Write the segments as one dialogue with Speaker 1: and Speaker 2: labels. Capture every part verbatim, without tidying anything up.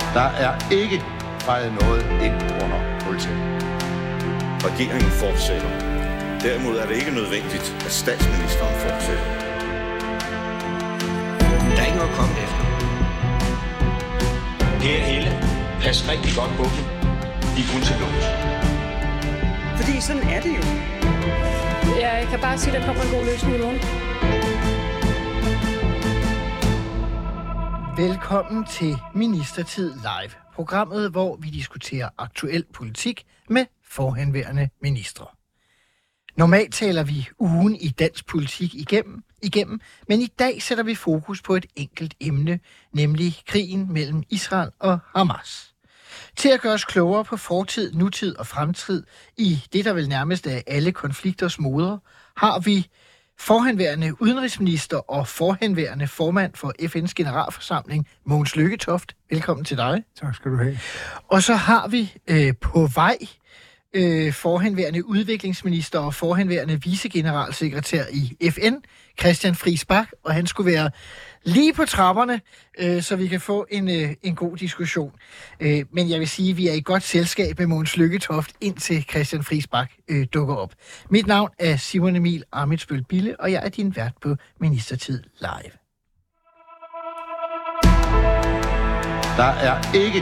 Speaker 1: Der er ikke fejret noget ind under politiet.
Speaker 2: Regeringen fortsætter. Derimod er det ikke nødvendigt, at statsministeren fortsætter.
Speaker 3: Der er ikke noget at komme efter. Per Helle, pas rigtig godt på dem. De er kun til lås.
Speaker 4: Fordi sådan er det jo.
Speaker 5: Jeg kan bare sige, at der kommer en god løsning i morgen.
Speaker 6: Velkommen til Ministertid Live, programmet, hvor vi diskuterer aktuel politik med forhenværende ministre. Normalt taler vi ugen i dansk politik igennem, igennem, men i dag sætter vi fokus på et enkelt emne, nemlig krigen mellem Israel og Hamas. Til at gøre os klogere på fortid, nutid og fremtid i det, der vel nærmest er alle konflikters moder, har vi forhenværende udenrigsminister og forhenværende formand for F N's generalforsamling, Mogens Lykketoft. Velkommen til dig.
Speaker 7: Tak skal du have.
Speaker 6: Og så har vi øh, på vej øh, forhenværende udviklingsminister og forhenværende vicegeneralsekretær i F N, Christian Friis Bach, og han skulle være lige på trapperne, øh, så vi kan få en, øh, en god diskussion. Øh, men jeg vil sige, at vi er i godt selskab med Mogens Lykketoft, indtil Christian Friis Bach øh, dukker op. Mit navn er Simon Emil Amitsbøl Bille, og jeg er din vært på Ministertid Live.
Speaker 1: Der er ikke...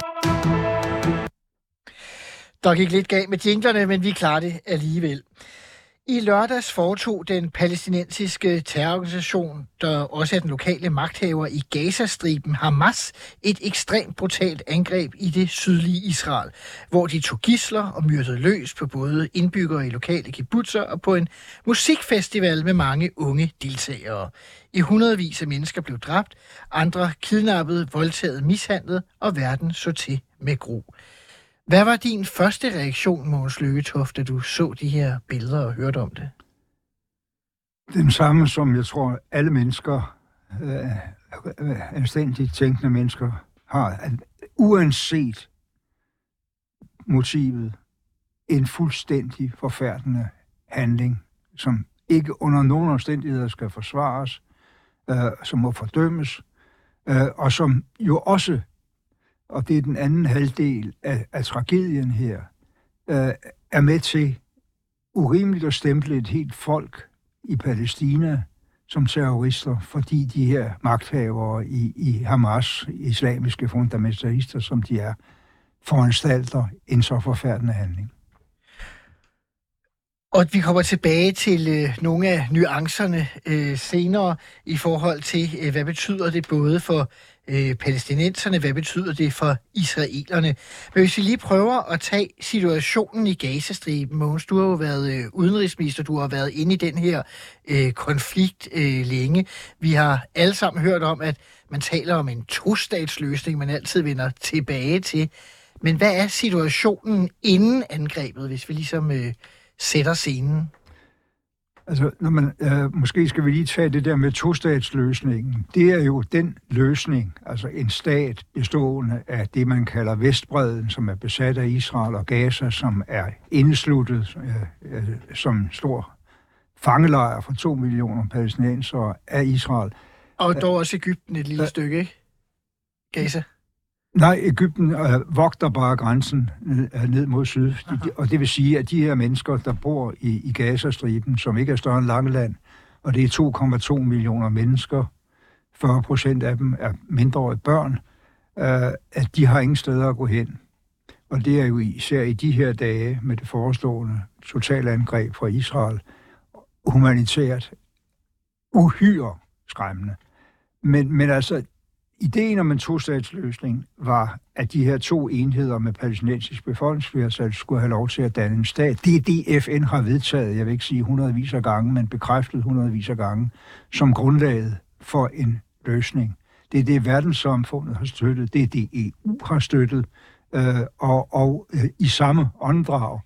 Speaker 6: Der gik lidt galt med jinglerne, men vi klarer det alligevel. I lørdags foretog den palæstinensiske terrororganisation, der også er den lokale magthaver i Gazastriben, Hamas, et ekstremt brutalt angreb i det sydlige Israel, hvor de tog gidsler og myrdede løs på både indbyggere i lokale kibbutzer og på en musikfestival med mange unge deltagere. I hundredvis af mennesker blev dræbt, andre kidnappet, voldtaget, mishandlet, og verden så til med gru. Hvad var din første reaktion, Mogens Lykketoft, da du så de her billeder og hørte om det?
Speaker 7: Den samme, som jeg tror, alle mennesker, øh, anstændigt tænkende mennesker, har. At uanset motivet, en fuldstændig forfærdende handling, som ikke under nogen omstændigheder skal forsvares, øh, som må fordømmes, øh, og som jo også, og det er den anden halvdel af, af tragedien her, øh, er med til urimeligt at stemple et helt folk i Palæstina som terrorister, fordi de her magthavere i, i Hamas, islamiske fundamentalister, som de er, foranstalter en så forfærdende handling.
Speaker 6: Og vi kommer tilbage til øh, nogle af nuancerne øh, senere i forhold til, øh, hvad betyder det både for øh, palæstinenserne, hvad betyder det for israelerne. Men hvis vi lige prøver at tage situationen i Gazastriben, Mogens, du har jo været øh, udenrigsminister, du har været inde i den her øh, konflikt øh, længe. Vi har alle sammen hørt om, at man taler om en tostatsløsning, man altid vender tilbage til. Men hvad er situationen inden angrebet, hvis vi ligesom... Øh, sætter scenen?
Speaker 7: Altså, når man, øh, måske skal vi lige tage det der med tostatsløsningen. Det er jo den løsning, altså en stat bestående af det, man kalder Vestbredden, som er besat af Israel, og Gaza, som er indesluttet øh, øh, som stor fangelejr for to millioner palæstinensere af Israel.
Speaker 6: Og dog også Egypten et lille Æh, stykke, ikke? Gaza?
Speaker 7: Nej, Egypten øh, vogter bare grænsen ned, ned mod syd. De, og det vil sige, at de her mennesker, der bor i, i Gazastriben, som ikke er større end Langeland, og det er to komma to millioner mennesker, fyrre procent af dem er mindreårige børn, øh, at de har ingen steder at gå hen. Og det er jo især i de her dage med det forestående totalangreb fra Israel, humanitært uhyre skræmmende. Men, men altså... Ideen om en tostatsløsning var, at de her to enheder med palæstinensisk befolkningsflertal skulle have lov til at danne en stat. Det er det, F N har vedtaget, jeg vil ikke sige hundredvis af gange, men bekræftet hundredvis af gange, som grundlaget for en løsning. Det er det, verdenssamfundet har støttet, det er det, E U har støttet, øh, og, og øh, i samme åndedrag.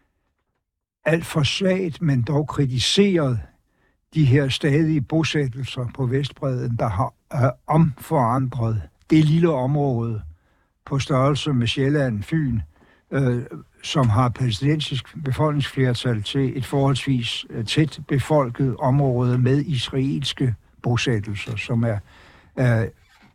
Speaker 7: Alt for svagt, men dog kritiseret de her stadige bosættelser på Vestbredden, der har øh, omforandret det lille område på størrelse med Sjælland, Fyn, øh, som har palæstinensisk befolkningsflertal til et forholdsvis øh, tæt befolket område med israelske bosættelser, som er øh,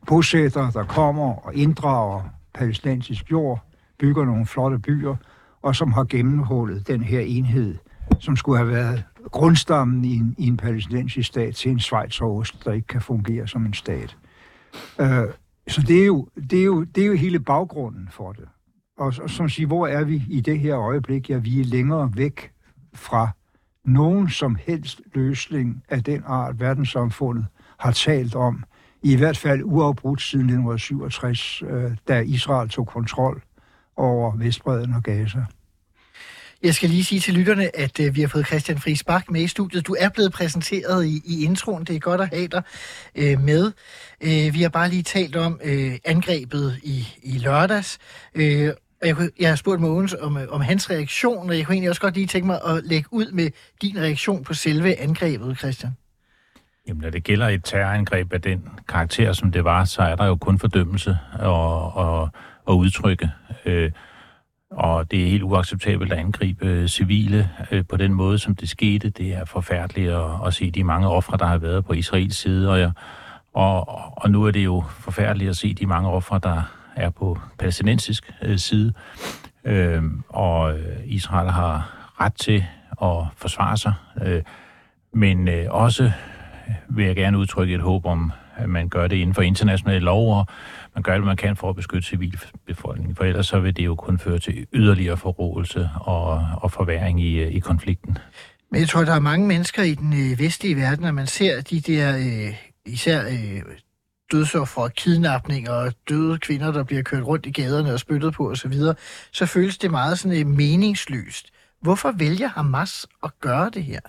Speaker 7: bosættere, der kommer og inddrager palæstinensisk jord, bygger nogle flotte byer, og som har gennemhullet den her enhed, som skulle have været grundstammen i en, i en palæstinensisk stat til en schweizerost, der ikke kan fungere som en stat. Uh, så det er, jo, det, er jo, det er jo hele baggrunden for det. Og, og som siger, hvor er vi i det her øjeblik? Ja, vi er længere væk fra nogen som helst løsning af den art, verdenssamfundet har talt om, i hvert fald uafbrudt siden nitten syvogtres, øh, da Israel tog kontrol over Vestbredden og Gaza.
Speaker 6: Jeg skal lige sige til lytterne, at øh, vi har fået Christian Friis Bach med i studiet. Du er blevet præsenteret i, i introen. Det er godt at have dig øh, med. Øh, vi har bare lige talt om øh, angrebet i, i lørdags. Øh, og jeg, jeg har spurgt Mogens om, om hans reaktion, og jeg kunne egentlig også godt lige tænke mig at lægge ud med din reaktion på selve angrebet, Christian.
Speaker 8: Jamen, når det gælder et terrorangreb af den karakter, som det var, så er der jo kun fordømmelse og, og, og udtrykke. Øh, og det er helt uacceptabelt at angribe øh, civile øh, på den måde, som det skete. Det er forfærdeligt at, at se de mange ofre, der har været på Israels side. Og, og, og nu er det jo forfærdeligt at se de mange ofre, der er på palæstinensisk øh, side. Øh, og Israel har ret til at forsvare sig. Øh, men øh, også vil jeg gerne udtrykke et håb om, at man gør det inden for internationale lov, og man gør alt, hvad man kan for at beskytte civilbefolkningen. For ellers så vil det jo kun føre til yderligere forrådelse og, og forværing i, i konflikten.
Speaker 6: Men jeg tror, der er mange mennesker i den øh, vestlige verden, når man ser de der øh, især øh, dødsofre, kidnapninger og døde kvinder, der bliver kørt rundt i gaderne og spyttet på osv., så, så føles det meget sådan øh, meningsløst. Hvorfor vælger Hamas at gøre det her?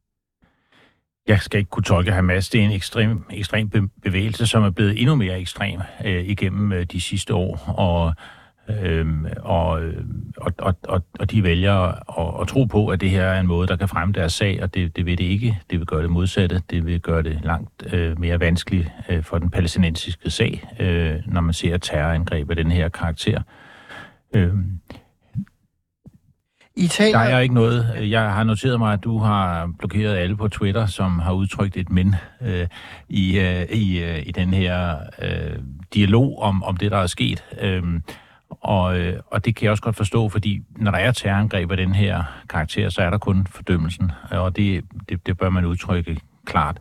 Speaker 8: Jeg skal ikke kunne tolke Hamas. Det er en ekstrem, ekstrem bevægelse, som er blevet endnu mere ekstrem øh, igennem øh, de sidste år, og, øh, og, og, og, og de vælger at, at tro på, at det her er en måde, der kan fremme deres sag, og det, det vil det ikke. Det vil gøre det modsatte. Det vil gøre det langt øh, mere vanskeligt øh, for den palæstinensiske sag, øh, når man ser terrorangreb af den her karakter. Øh,
Speaker 6: I taler...
Speaker 8: Der er ikke noget. Jeg har noteret mig, at du har blokeret alle på Twitter, som har udtrykt et men øh, i, øh, i, øh, i den her øh, dialog om, om det, der er sket. Øh, og, øh, og det kan jeg også godt forstå, fordi når der er terrorangreb af den her karakter, så er der kun fordømmelsen, og det, det, det bør man udtrykke klart.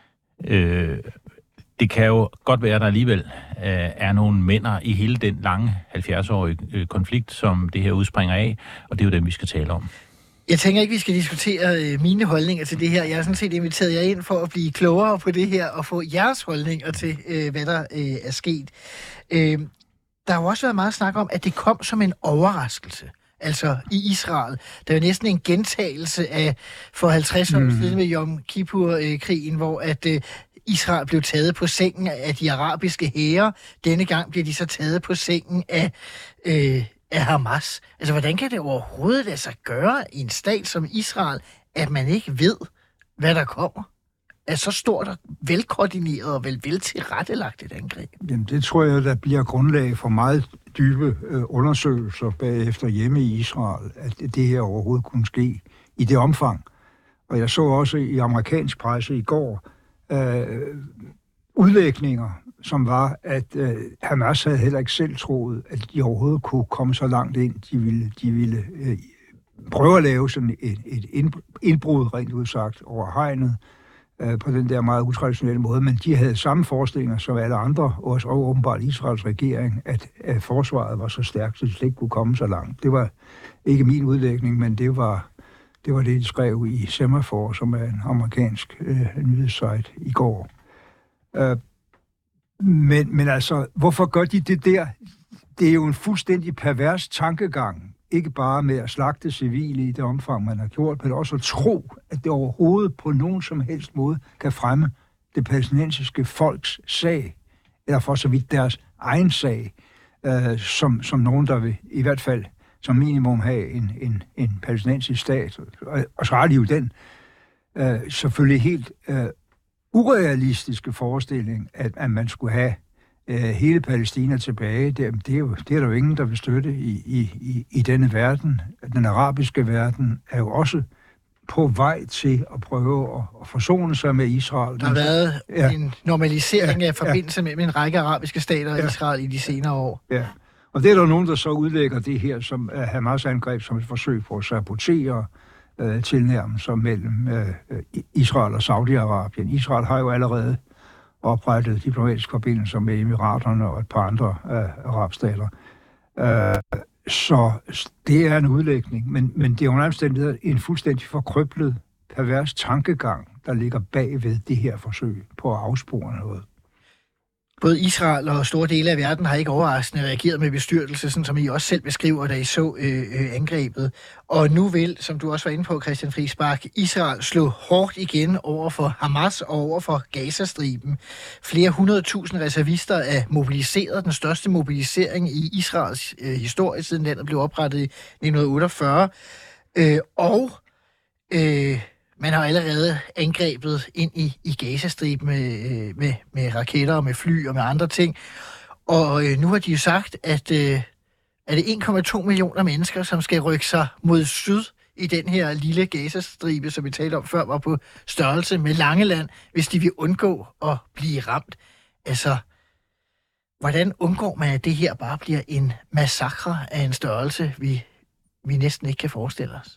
Speaker 8: Øh, Det kan jo godt være, at der alligevel øh, er nogle mænder i hele den lange halvfjerds-årige øh, konflikt, som det her udspringer af, og det er jo dem, vi skal tale om.
Speaker 6: Jeg tænker ikke, vi skal diskutere øh, mine holdninger til det her. Jeg har sådan set inviteret jer ind for at blive klogere på det her, og få jeres holdninger til, øh, hvad der øh, er sket. Øh, der har jo også været meget snak om, at det kom som en overraskelse. Altså i Israel. Der er jo næsten en gentagelse af for halvtreds år siden med Yom Kippur-krigen, hvor at øh, Israel blev taget på sengen af de arabiske hære. Denne gang bliver de så taget på sengen af, øh, af Hamas. Altså, hvordan kan det overhovedet lade sig gøre i en stat som Israel, at man ikke ved, hvad der kommer? Er så stort og velkoordineret og vel vel tilrettelagt et angreb?
Speaker 7: Jamen, det tror jeg, der bliver grundlag for meget dybe øh, undersøgelser bagefter hjemme i Israel, at det her overhovedet kunne ske i det omfang. Og jeg så også i amerikansk presse i går, Øh, udlægninger, som var, at øh, Hamas havde heller ikke selv troet, at de overhovedet kunne komme så langt ind. De ville, de ville øh, prøve at lave sådan et, et indbrud, rent udsagt, over hegnet øh, på den der meget utraditionelle måde, men de havde samme forestillinger som alle andre, også og åbenbart Israels regering, at, at forsvaret var så stærkt, så de slet ikke kunne komme så langt. Det var ikke min udlægning, men det var Det var det, de skrev i Semafor, som er en amerikansk øh, nyhedssite i går. Øh, men, men altså, hvorfor gør de det der? Det er jo en fuldstændig pervers tankegang. Ikke bare med at slagte civile i det omfang, man har gjort, men også at tro, at det overhovedet på nogen som helst måde kan fremme det palæstinensiske folks sag, eller for så vidt deres egen sag, øh, som, som nogen, der vil i hvert fald som minimum have en, en, en palæstinensisk stat. Og, og så har de jo den øh, selvfølgelig helt øh, urealistiske forestilling, at, at man skulle have øh, hele Palæstina tilbage. Det, det, er jo, det er der jo ingen, der vil støtte i, i, i, i denne verden. Den arabiske verden er jo også på vej til at prøve at, at forsone sig med Israel.
Speaker 6: Der har været
Speaker 7: ja.
Speaker 6: en normalisering
Speaker 7: ja.
Speaker 6: af forbindelsen ja. mellem en række arabiske stater og
Speaker 7: ja.
Speaker 6: Israel i de senere år.
Speaker 7: Ja, og det er der nogen, der så udlægger det her som uh, Hamas-angreb som et forsøg på at sabotere uh, tilnærmelser mellem uh, Israel og Saudi-Arabien. Israel har jo allerede oprettet diplomatiske forbindelser med Emiraterne og et par andre uh, arabstater. Uh, så det er en udlægning, men, men det er under omstændigheder en fuldstændig forkryblet, pervers tankegang, der ligger bagved det her forsøg på at afspore noget.
Speaker 6: Både Israel og store dele af verden har ikke overraskende reageret med bestyrtelse, sådan som I også selv beskriver, da I så øh, øh, angrebet. Og nu vil, som du også var inde på, Christian Friis Bach, Israel slå hårdt igen over for Hamas og over for Gazastriben. Flere hundredtusind reservister er mobiliseret, den største mobilisering i Israels øh, historie, siden landet blev oprettet i nitten otteogfyrre. Øh, og... Øh, Man har allerede angrebet ind i, i Gazastriben med, med, med raketter og med fly og med andre ting. Og øh, nu har de jo sagt, at øh, er det en komma to millioner mennesker, som skal rykke sig mod syd i den her lille Gazastribe, som vi talte om før, var på størrelse med Langeland, hvis de vil undgå at blive ramt. Altså, hvordan undgår man, at det her bare bliver en massakre af en størrelse, vi, vi næsten ikke kan forestille os?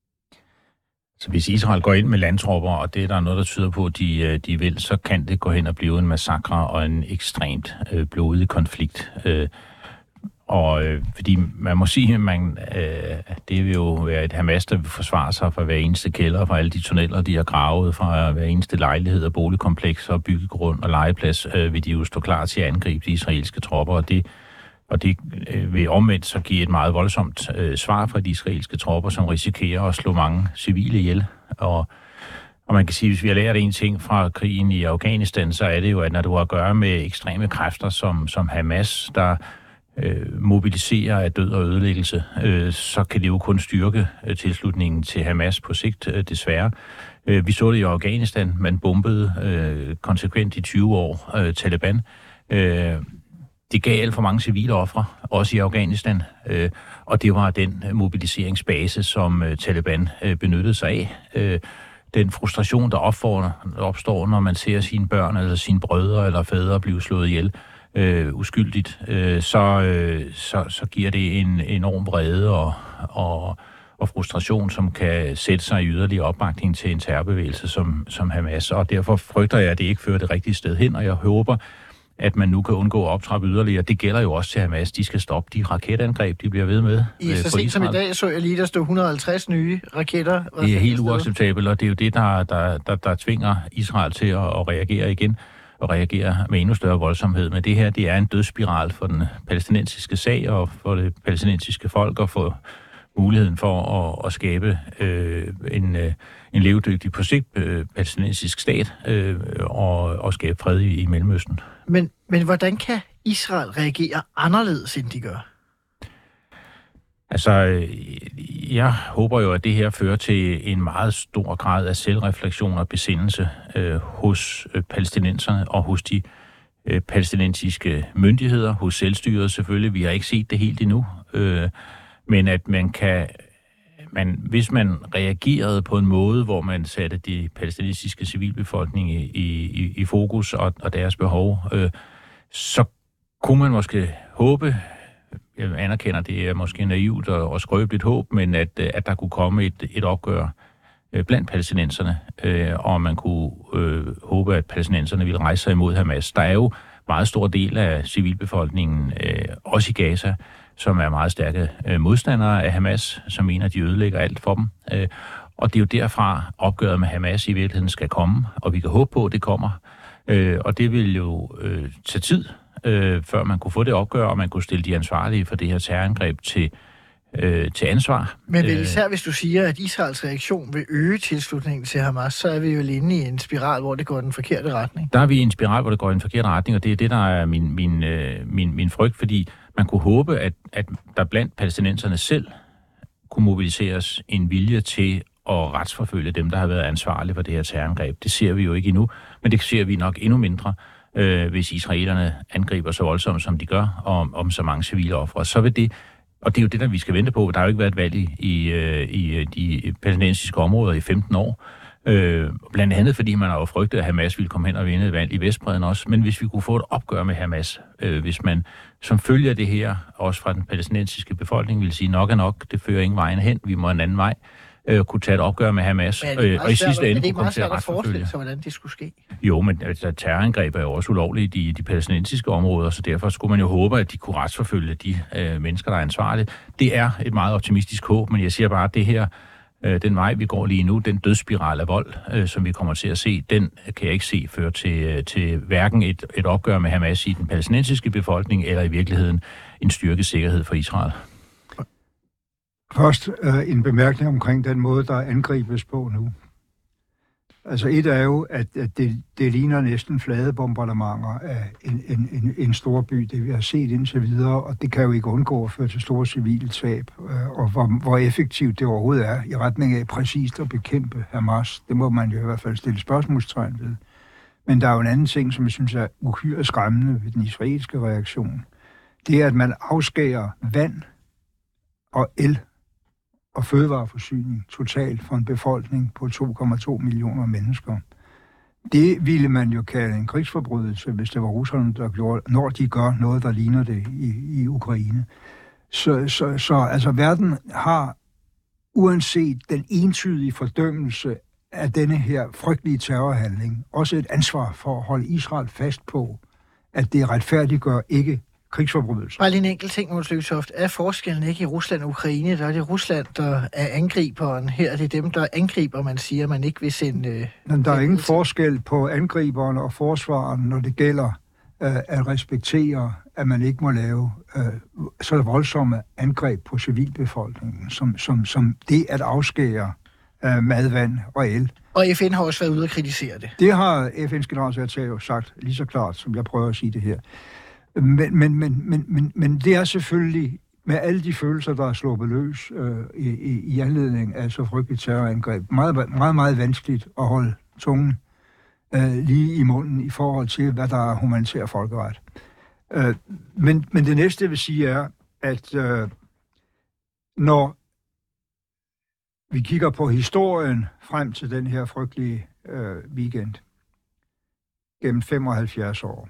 Speaker 8: Så hvis Israel går ind med landtropper, og det er der noget, der tyder på, at de, de vil, så kan det gå hen og blive en massakre og en ekstremt øh, blodig konflikt. Øh, og øh, fordi man må sige, at man, øh, det vil jo være et Hamas, der vil forsvare sig fra hver eneste kælder, fra alle de tunneller, de har gravet, fra hver eneste lejlighed og boligkompleks og byggegrund og legeplads, øh, vil de jo stå klar til at angribe de israelske tropper, og det Og det øh, vil omvendt så give et meget voldsomt øh, svar fra de israelske tropper, som risikerer at slå mange civile ihjel. Og, og man kan sige, at hvis vi har lært en ting fra krigen i Afghanistan, så er det jo, at når du har at gøre med ekstreme kræfter som, som Hamas, der øh, mobiliserer af død og ødelæggelse, øh, så kan det jo kun styrke øh, tilslutningen til Hamas på sigt, øh, desværre. Øh, vi så det i Afghanistan, man bombede øh, konsekvent i tyve år øh, Taliban. Øh, Det gav alt for mange civile ofre, også i Afghanistan, øh, og det var den mobiliseringsbase, som øh, Taliban øh, benyttede sig af. Øh, den frustration, der opstår, når man ser sine børn eller sine brødre eller fædre blive slået ihjel øh, uskyldigt, øh, så, øh, så, så giver det en enorm vrede og, og, og frustration, som kan sætte sig i yderligere opbakning til en terrorbevægelse som, som Hamas. Og derfor frygter jeg, at det ikke fører det rigtige sted hen, og jeg håber, at man nu kan undgå at optrappe yderligere. Det gælder jo også til Hamas. De skal stoppe de raketangreb, de bliver ved med.
Speaker 6: I så sent som i dag så jeg lige, der stod et hundrede og halvtreds nye raketter.
Speaker 8: Det er helt uacceptabelt, og det er jo det, der, der, der, der tvinger Israel til at, at reagere igen, og reagere med endnu større voldsomhed. Men det her, det er en dødsspiral for den palæstinensiske sag, og for det palæstinensiske folk, og for muligheden for at, at skabe øh, en, øh, en levedygtig på sigt øh, palæstinensisk stat øh, og, og skabe fred i, i Mellemøsten.
Speaker 6: Men, men hvordan kan Israel reagere anderledes, end de gør?
Speaker 8: Altså, jeg håber jo, at det her fører til en meget stor grad af selvreflektion og besindelse øh, hos øh, palæstinenserne og hos de øh, palæstinensiske myndigheder, hos selvstyret selvfølgelig. Vi har ikke set det helt endnu, øh, men at man kan, man, hvis man reagerede på en måde, hvor man satte de palæstinensiske civilbefolkning i, i, i fokus og, og deres behov, øh, så kunne man måske håbe, jeg anerkender, det er måske naivt og, og skrøbeligt håb, men at, at der kunne komme et, et opgør øh, blandt palæstinenserne, øh, og man kunne øh, håbe, at palæstinenserne ville rejse sig imod Hamas. Der er jo meget stor del af civilbefolkningen, øh, også i Gaza, som er meget stærke øh, modstandere af Hamas, som mener, at de ødelægger alt for dem. Øh, og det er jo derfra opgøret med Hamas i virkeligheden skal komme, og vi kan håbe på, at det kommer. Øh, og det vil jo øh, tage tid, øh, før man kunne få det opgør, og man kunne stille de ansvarlige for det her terrorangreb til, øh, til ansvar.
Speaker 6: Men vel især hvis du siger, at Israels reaktion vil øge tilslutningen til Hamas, så er vi jo inde i en spiral, hvor det går i den forkerte retning.
Speaker 8: Der er vi i en spiral, hvor det går i den forkerte retning, og det er det, der er min, min, øh, min, min frygt, fordi man kunne håbe, at, at der blandt palæstinenserne selv kunne mobiliseres en vilje til at retsforfølge dem, der har været ansvarlige for det her terrorangreb. Det ser vi jo ikke endnu, men det ser vi nok endnu mindre, øh, hvis israelerne angriber så voldsomt, som de gør, og om så mange civile ofre. Så vil det Og det er jo det, der vi skal vente på. Der har jo ikke været et valg i, i, i de palæstinensiske områder i femten år. Øh, blandt andet fordi man har jo frygtet, at Hamas ville komme hen og vinde et valg i Vestbredden også. Men hvis vi kunne få et opgør med Hamas, øh, hvis man som følger det her, også fra den palæstinensiske befolkning, vil sige nok er nok, det fører ingen vejen hen, vi må en anden vej, øh, kunne tage et opgør med Hamas, øh, og i sidste ende kunne komme til at retsforfølge.
Speaker 6: Så hvordan det skulle ske?
Speaker 8: Jo, men altså, terrorangreb er jo også ulovligt i de palæstinensiske områder, så derfor skulle man jo håbe, at de kunne retsforfølge de øh, mennesker, der er ansvarlige. Det er et meget optimistisk håb, men jeg siger bare, at det her, øh, den vej, vi går lige nu, den dødsspiral af vold, øh, som vi kommer til at se, den kan jeg ikke se føre til, til hverken et, et opgør med Hamas i den palæstinensiske befolkning, eller i virkeligheden en styrket sikkerhed for Israel.
Speaker 7: Først øh, en bemærkning omkring den måde, der angribes på nu. Altså et er jo, at, at det, det ligner næsten flade bombardementer af en, en, en, en stor by, det vi har set indtil videre, og det kan jo ikke undgå at føre til store civile tab. Øh, og hvor, hvor effektivt det overhovedet er i retning af præcist at bekæmpe Hamas, det må man jo i hvert fald stille spørgsmålstegn ved. Men der er jo en anden ting, som jeg synes er uhyre skræmmende ved den israelske reaktion. Det er, at man afskærer vand og el og fødevareforsyning totalt for en befolkning på to komma to millioner mennesker. Det ville man jo kalde en krigsforbrydelse, hvis det var russerne, der gjorde, når de gør noget, der ligner det i, i Ukraine. Så, så, så altså, verden har, uanset den entydige fordømmelse af denne her frygtelige terrorhandling, også et ansvar for at holde Israel fast på, at det retfærdiggør ikke krigsforbrydelser.
Speaker 6: Bare lige en enkelt ting, Mogens Lykketoft. Er forskellen ikke i Rusland og Ukraine? Der er det Rusland, der er angriberen. Her er det dem, der angriber, man siger, man ikke vil sende... Øh,
Speaker 7: Men der er ingen forskel på angriberen og forsvaren, når det gælder øh, at respektere, at man ikke må lave øh, så voldsomme angreb på civilbefolkningen, som, som, som det at afskære øh, madvand og el.
Speaker 6: Og F N har også været ude at kritisere det.
Speaker 7: Det har F N's generalsekretær jo sagt lige så klart, som jeg prøver at sige det her. Men, men, men, men, men, men det er selvfølgelig med alle de følelser, der er sluppet løs øh, i, i, i anledning af så frygteligt terrorangreb, meget, meget, meget vanskeligt at holde tungen øh, lige i munden i forhold til, hvad der er humanitær folkeret. Øh, men, men det næste, jeg vil sige, er, at øh, når vi kigger på historien frem til den her frygtelige øh, weekend, gennem femoghalvfjerds år,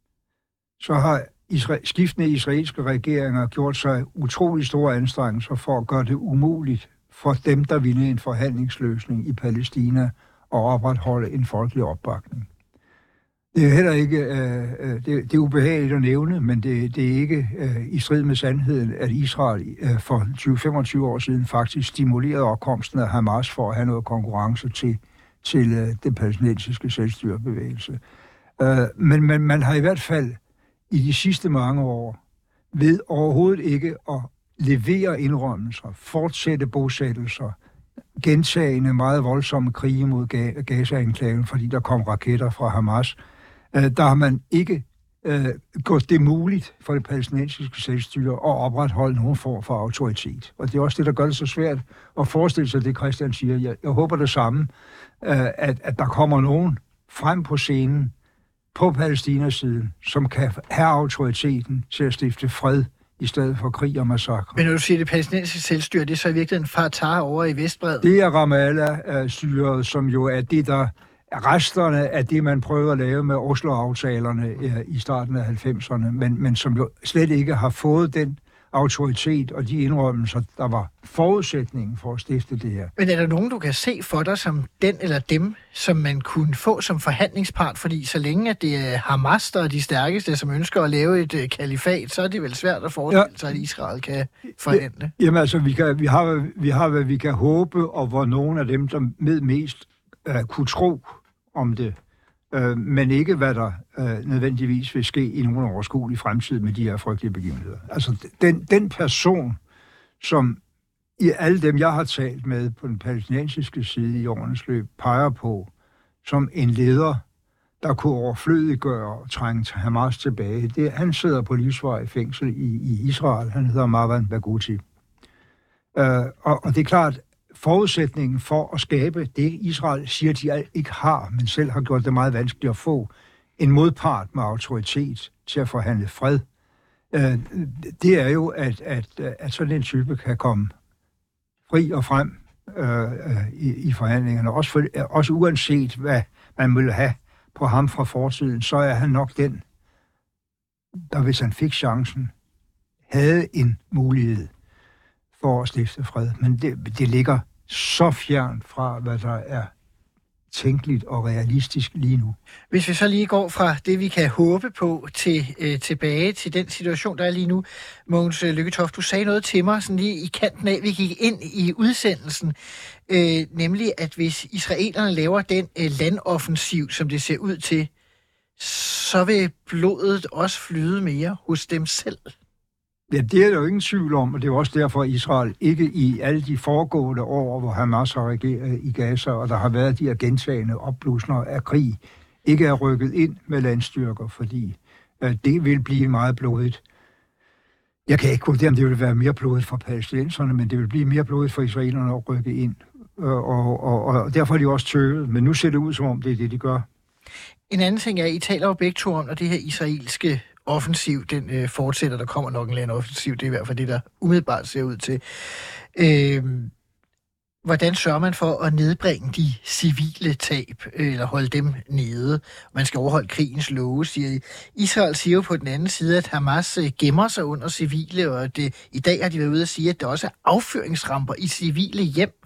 Speaker 7: så har isra- skiftende israelske regeringer gjort sig utrolig store anstrengelser for at gøre det umuligt for dem, der ville en forhandlingsløsning i Palæstina og opretholde en folkelig opbakning. Det er heller ikke, øh, det, det er ubehageligt at nævne, men det, det er ikke øh, i strid med sandheden, at Israel øh, for tyve til femogtyve år siden faktisk stimulerede opkomsten af Hamas for at have noget konkurrence til, til øh, den palæstinensiske selvstyrebevægelse. Øh, men, men man har i hvert fald i de sidste mange år ved overhovedet ikke at levere indrømmelser, fortsætte bosættelser, gentagende meget voldsomme krige mod Gaza-enklaven, fordi der kom raketter fra Hamas. Der har man ikke øh, gjort det muligt for det palæstinensiske selvstyre at opretholde nogen form for autoritet. Og det er også det, der gør det så svært at forestille sig det, Christian siger. Jeg, jeg håber det samme, øh, at, at der kommer nogen frem på scenen på Palæstinas side, som kan have autoriteten til at stifte fred i stedet for krig og massakre.
Speaker 6: Men når du siger det palæstinensiske selvstyre, det er så i virkeligheden Fatah over i Vestbredden?
Speaker 7: Det er Ramallah-styret, som jo er det, der resterne af det, man prøvede at lave med Oslo-aftalerne i starten af halvfemserne, men, men som jo slet ikke har fået den autoritet og de indrømmelser, der var forudsætningen for at stifte det her.
Speaker 6: Men er der nogen, du kan se for dig som den eller dem, som man kunne få som forhandlingspart? Fordi så længe at det er Hamas, der er de stærkeste, som ønsker at lave et uh, kalifat, så er det vel svært at forestille ja. sig, at Israel kan forhandle.
Speaker 7: Jamen altså, vi, kan, vi, har, vi har, hvad vi kan håbe, og hvor nogen af dem, der med mest uh, kunne tro om det, uh, men ikke hvad der uh, nødvendigvis vil ske i nogen overskuelig fremtid med de her frygtelige begivenheder. Altså, den, den person, som i alle dem, jeg har talt med på den palæstinensiske side i årenes løb, peger på som en leder, der kunne overflødiggøre og trænge Hamas tilbage. Det, han sidder på livsvarig fængsel i, i Israel. Han hedder Marwan Barghouti. Uh, og, og det er klart, forudsætningen for at skabe det, Israel siger, de ikke har, men selv har gjort det meget vanskeligt at få en modpart med autoritet til at forhandle fred, øh, det er jo, at, at, at sådan en type kan komme fri og frem øh, i, i forhandlingerne. Også, for, også uanset, hvad man vil have på ham fra fortiden, så er han nok den, der hvis han fik chancen, havde en mulighed for at stifte fred. Men det, det ligger så fjernt fra, hvad der er tænkeligt og realistisk lige nu.
Speaker 6: Hvis vi så lige går fra det, vi kan håbe på, til øh, tilbage til den situation, der er lige nu. Mogens Lykketoft, du sagde noget til mig, sådan lige i kanten af, vi gik ind i udsendelsen, øh, nemlig at hvis israelerne laver den øh, landoffensiv, som det ser ud til, så vil blodet også flyde mere hos dem selv.
Speaker 7: Ja, det er der jo ingen tvivl om, og det er også derfor, at Israel ikke i alle de foregående år, hvor Hamas har regeret i Gaza, og der har været de her gentagende opblusner af krig, ikke er rykket ind med landstyrker, fordi øh, det vil blive meget blodigt. Jeg kan ikke vurdere, om det vil være mere blodigt for palæstinenserne, men det vil blive mere blodigt for israelerne at rykke ind. Og, og, og, og derfor er de også tøvet, men nu ser det ud, som om det er det, de gør.
Speaker 6: En anden ting er, at I taler jo begge to om, at det her israelske offensiv, den øh, fortsætter, der kommer nok en landoffensiv, det er i hvert fald det, der umiddelbart ser ud til. Øh, hvordan sørger man for at nedbringe de civile tab, eller holde dem nede? Man skal overholde krigens love, siger I. Israel siger jo på den anden side, at Hamas øh, gemmer sig under civile, og det, i dag har de været ude at sige, at der også er affyringsramper i civile hjem.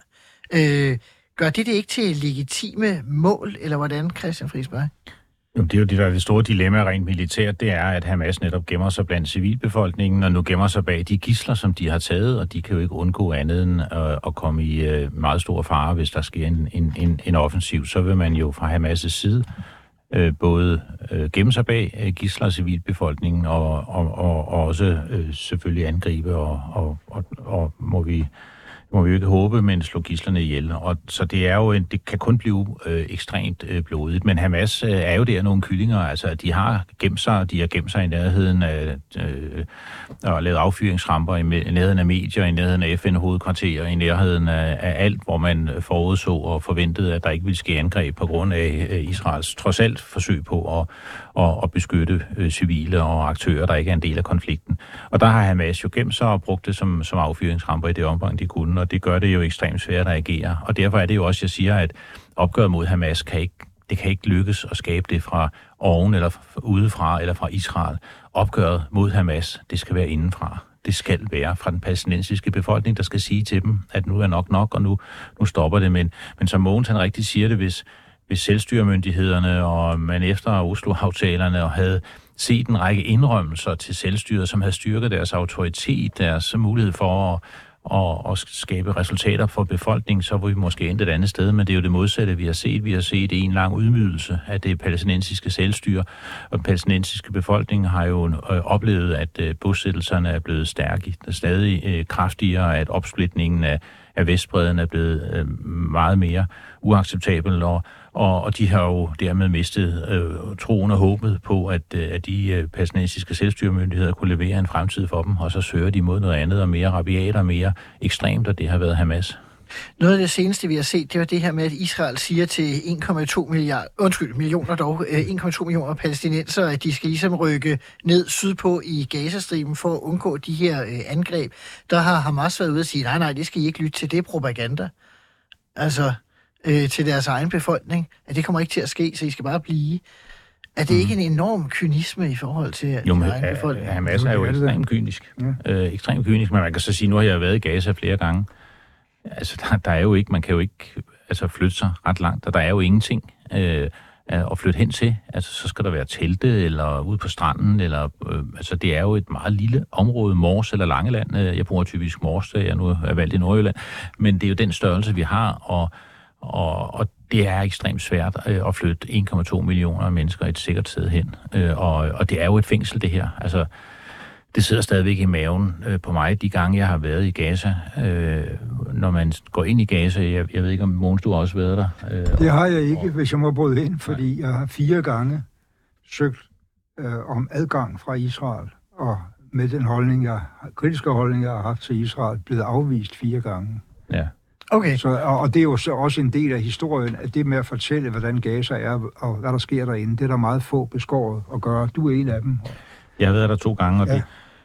Speaker 6: Øh, gør det det ikke til legitime mål, eller hvordan, Christian Friisberg?
Speaker 8: Jo, det er jo det, der er det store dilemma rent militært, det er, at Hamas netop gemmer sig blandt civilbefolkningen, og nu gemmer sig bag de gidsler, som de har taget, og de kan jo ikke undgå andet end at, at komme i uh, meget stor fare, hvis der sker en, en, en, en offensiv. Så vil man jo fra Hamas' side uh, både uh, gemme sig bag uh, gidsler og civilbefolkningen, og, og, og, og også uh, selvfølgelig angribe, og, og, og, og må vi... Det må vi jo ikke håbe, men slå gidslerne ihjel. Og så det er jo en, det kan kun blive øh, ekstremt øh, blodigt. Men Hamas øh, er jo der nogle kyllinger. Altså, de har gemt sig, de har gemt sig i nærheden af øh, og lavet affyringsramper i, i nærheden af medier, i nærheden af F N-hovedkvarterer, i nærheden af, af alt, hvor man forudså og forventede, at der ikke ville ske angreb på grund af øh, Israels trods alt forsøg på at, at, at beskytte øh, civile og aktører, der ikke er en del af konflikten. Og der har Hamas jo gemt sig og brugt det som, som affyringsramper i det omfang, de kunne. Og det gør det jo ekstremt svært at agere. Og derfor er det jo også, jeg siger, at opgøret mod Hamas kan ikke, det kan ikke lykkes at skabe det fra oven eller udefra eller fra Israel. Opgøret mod Hamas, det skal være indenfra. Det skal være fra den palæstinensiske befolkning, der skal sige til dem, at nu er nok nok, og nu, nu stopper det. Men, men som Mogens han rigtig siger det, hvis, hvis selvstyremyndighederne og man efter Oslo-aftalerne og havde set en række indrømmelser til selvstyret, som havde styrket deres autoritet, deres mulighed for at Og, og skabe resultater for befolkningen, så var vi måske endt et andet sted, men det er jo det modsatte, vi har set. Vi har set en lang udmydelse af det palæstinensiske selvstyre, og den palæstinensiske befolkning har jo øh, oplevet, at øh, bosættelserne er blevet stærke, der er stadig øh, kraftigere, at opsplitningen af, af Vestbredden er blevet øh, meget mere uacceptabel, og Og, og de har jo dermed mistet øh, troen og håbet på, at, øh, at de øh, palæstinensiske selvstyremyndigheder kunne levere en fremtid for dem, og så søger de mod noget andet og mere rabiat og mere ekstremt, og det har været Hamas.
Speaker 6: Noget af det seneste, vi har set, det var det her med, at Israel siger til en komma to milliarder, undskyld, millioner dog, en komma to millioner palæstinenser, at de skal ligesom rykke ned sydpå i Gazastriben for at undgå de her øh, angreb. Der har Hamas været ude og sige, nej, nej, det skal I ikke lytte til, det er propaganda. Altså... Øh, til deres egen befolkning, at det kommer ikke til at ske, så I skal bare blive. Er det mm. ikke en enorm kynisme i forhold til
Speaker 8: jo,
Speaker 6: din egen befolkning?
Speaker 8: Hamas er jo ekstremt kynisk. Ja. Øh, ekstremt kynisk, men man kan så sige, nu har jeg været i Gaza flere gange. Altså, der, der er jo ikke, man kan jo ikke altså, flytte sig ret langt, og der er jo ingenting øh, at flytte hen til. Altså, så skal der være telte, eller ude på stranden, eller, øh, altså, det er jo et meget lille område, Mors eller Langeland. Jeg bruger typisk Mors, da jeg nu er valgt i Nordjylland, men det er jo den størrelse, vi har, og Og, og det er ekstremt svært øh, at flytte en komma to millioner mennesker et sikkert sted hen. Øh, og, og det er jo et fængsel, det her. Altså, det sidder stadigvæk i maven øh, på mig, de gange, jeg har været i Gaza. Øh, når man går ind i Gaza, jeg, jeg ved ikke, om Mogens, du har også været der? Øh,
Speaker 7: det har jeg ikke, og, hvis jeg må bryde ind, fordi jeg har fire gange søgt øh, om adgang fra Israel, og med den holdning, jeg, kritiske holdning, jeg har haft til Israel, blevet afvist fire gange.
Speaker 8: Ja.
Speaker 6: Okay.
Speaker 7: Så, og, og det er jo så også en del af historien, at det med at fortælle, hvordan Gaza er, og hvad der sker derinde, det er der meget få beskåret at gøre. Du er en af dem.
Speaker 8: Jeg har været der to gange, og ja. det,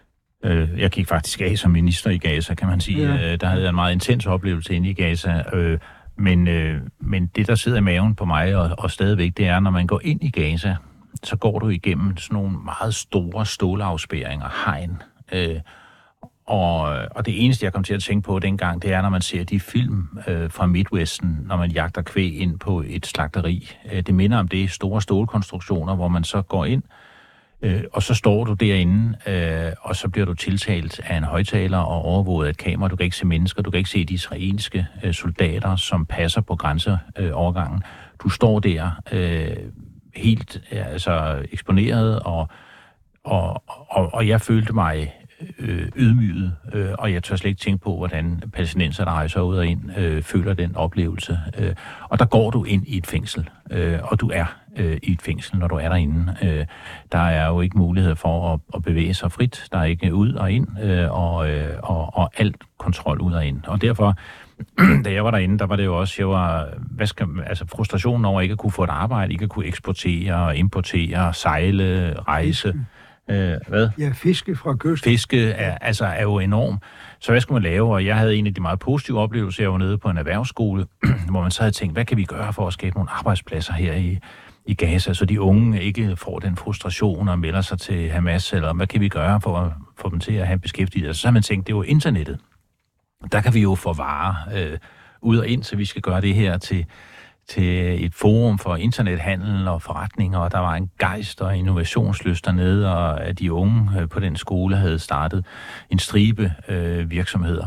Speaker 8: Øh, jeg gik faktisk af som minister i Gaza, kan man sige. Ja. Øh, der havde jeg en meget intens oplevelse inde i Gaza. Øh, men, øh, men det, der sidder i maven på mig, og, og stadigvæk, det er, når man går ind i Gaza, så går du igennem sådan nogle meget store stålafspærringer, hegn. Øh, og, og det eneste, jeg kom til at tænke på dengang, det er, når man ser de film øh, fra Midwesten, når man jagter kvæg ind på et slagteri. Øh, det minder om det store stålkonstruktioner, hvor man så går ind, øh, og så står du derinde, øh, og så bliver du tiltalt af en højtaler og overvåget af et kamera. Du kan ikke se mennesker, du kan ikke se de israelske øh, soldater, som passer på grænseovergangen. Øh, du står der øh, helt altså, eksponeret, og, og, og, og jeg følte mig øh, ydmyget, øh, og jeg tør slet ikke tænke på, hvordan palæstinenser, der rejser ud og ind, øh, føler den oplevelse. Øh, og der går du ind i et fængsel, øh, og du er øh, i et fængsel, når du er derinde. Øh, der er jo ikke mulighed for at, at bevæge sig frit. Der er ikke ud og ind, øh, og, øh, og, og alt kontrol ud og ind. Og derfor, da jeg var derinde, der var det jo også, jeg var, hvad skal, altså frustrationen over ikke at kunne få et arbejde, ikke at kunne eksportere, importere, sejle, rejse. Øh, hvad?
Speaker 7: Ja, fiske fra kysten.
Speaker 8: Fiske er, altså, er jo enorm. Så hvad skulle man lave? Og jeg havde en af de meget positive oplevelser. Jeg var nede på en erhvervsskole, hvor man så havde tænkt, hvad kan vi gøre for at skabe nogle arbejdspladser her i, i Gaza, så de unge ikke får den frustration og melder sig til Hamas, eller hvad kan vi gøre for at få dem til at have beskæftiget? Så har man tænkt, det er jo internettet. Der kan vi jo få varer øh, ud og ind, så vi skal gøre det her til, til et forum for internethandel og forretninger, og der var en gejst og innovationslyst dernede, og at de unge øh, på den skole havde startet en stribe øh, virksomheder.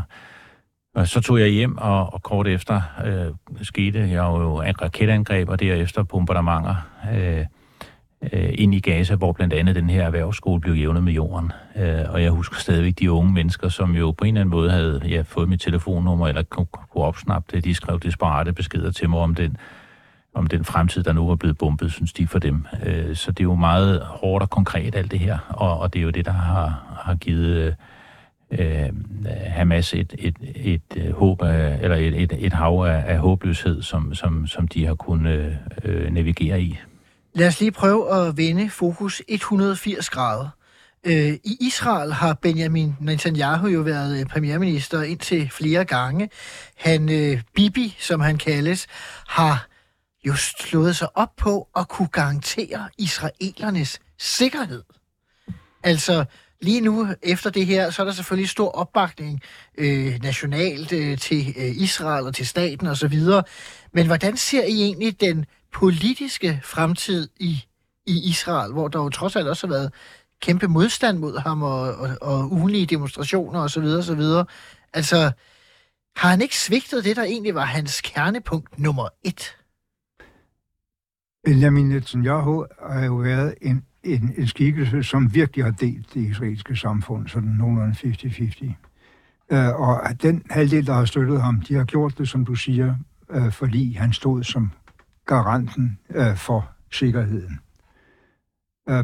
Speaker 8: Og så tog jeg hjem, og, og kort efter øh, skete jeg jo et raketangreb, og derefter bombardementer øh, øh, ind i Gaza, hvor blandt andet den her erhvervsskole blev jævnet med jorden. Øh, og jeg husker stadigvæk de unge mennesker, som jo på en eller anden måde havde ja, fået mit telefonnummer, eller kunne, kunne opsnappe det. De skrev desperate beskeder til mig om den, om den fremtid, der nu var blevet bombet, synes de for dem. Øh, så det er jo meget hårdt og konkret, alt det her, og, og det er jo det, der har, har givet Øh, Øh, Hamas et, et, et, et håb af, eller et, et, et hav af, af håbløshed, som, som, som de har kunnet øh, navigere i.
Speaker 6: Lad os lige prøve at vende fokus et hundrede og firs grader. Øh, I Israel har Benjamin Netanyahu jo været premierminister indtil flere gange. Han, øh, Bibi, som han kaldes, har jo slået sig op på at kunne garantere israelernes sikkerhed. Altså lige nu, efter det her, så er der selvfølgelig stor opbakning øh, nationalt øh, til øh, Israel og til staten osv. Men hvordan ser I egentlig den politiske fremtid i, i Israel, hvor der jo trods alt også har været kæmpe modstand mod ham og, og, og ugenlige demonstrationer osv. osv. Altså, har han ikke svigtet det, der egentlig var hans kernepunkt nummer et?
Speaker 7: Benjamin Netanyahu har jo været en En, en skikkelse, som virkelig har delt det israelske samfund, sådan nogenlunde halvtreds halvtreds. Uh, og den halvdel, der har støttet ham, de har gjort det, som du siger, uh, fordi han stod som garanten uh, for sikkerheden. Uh,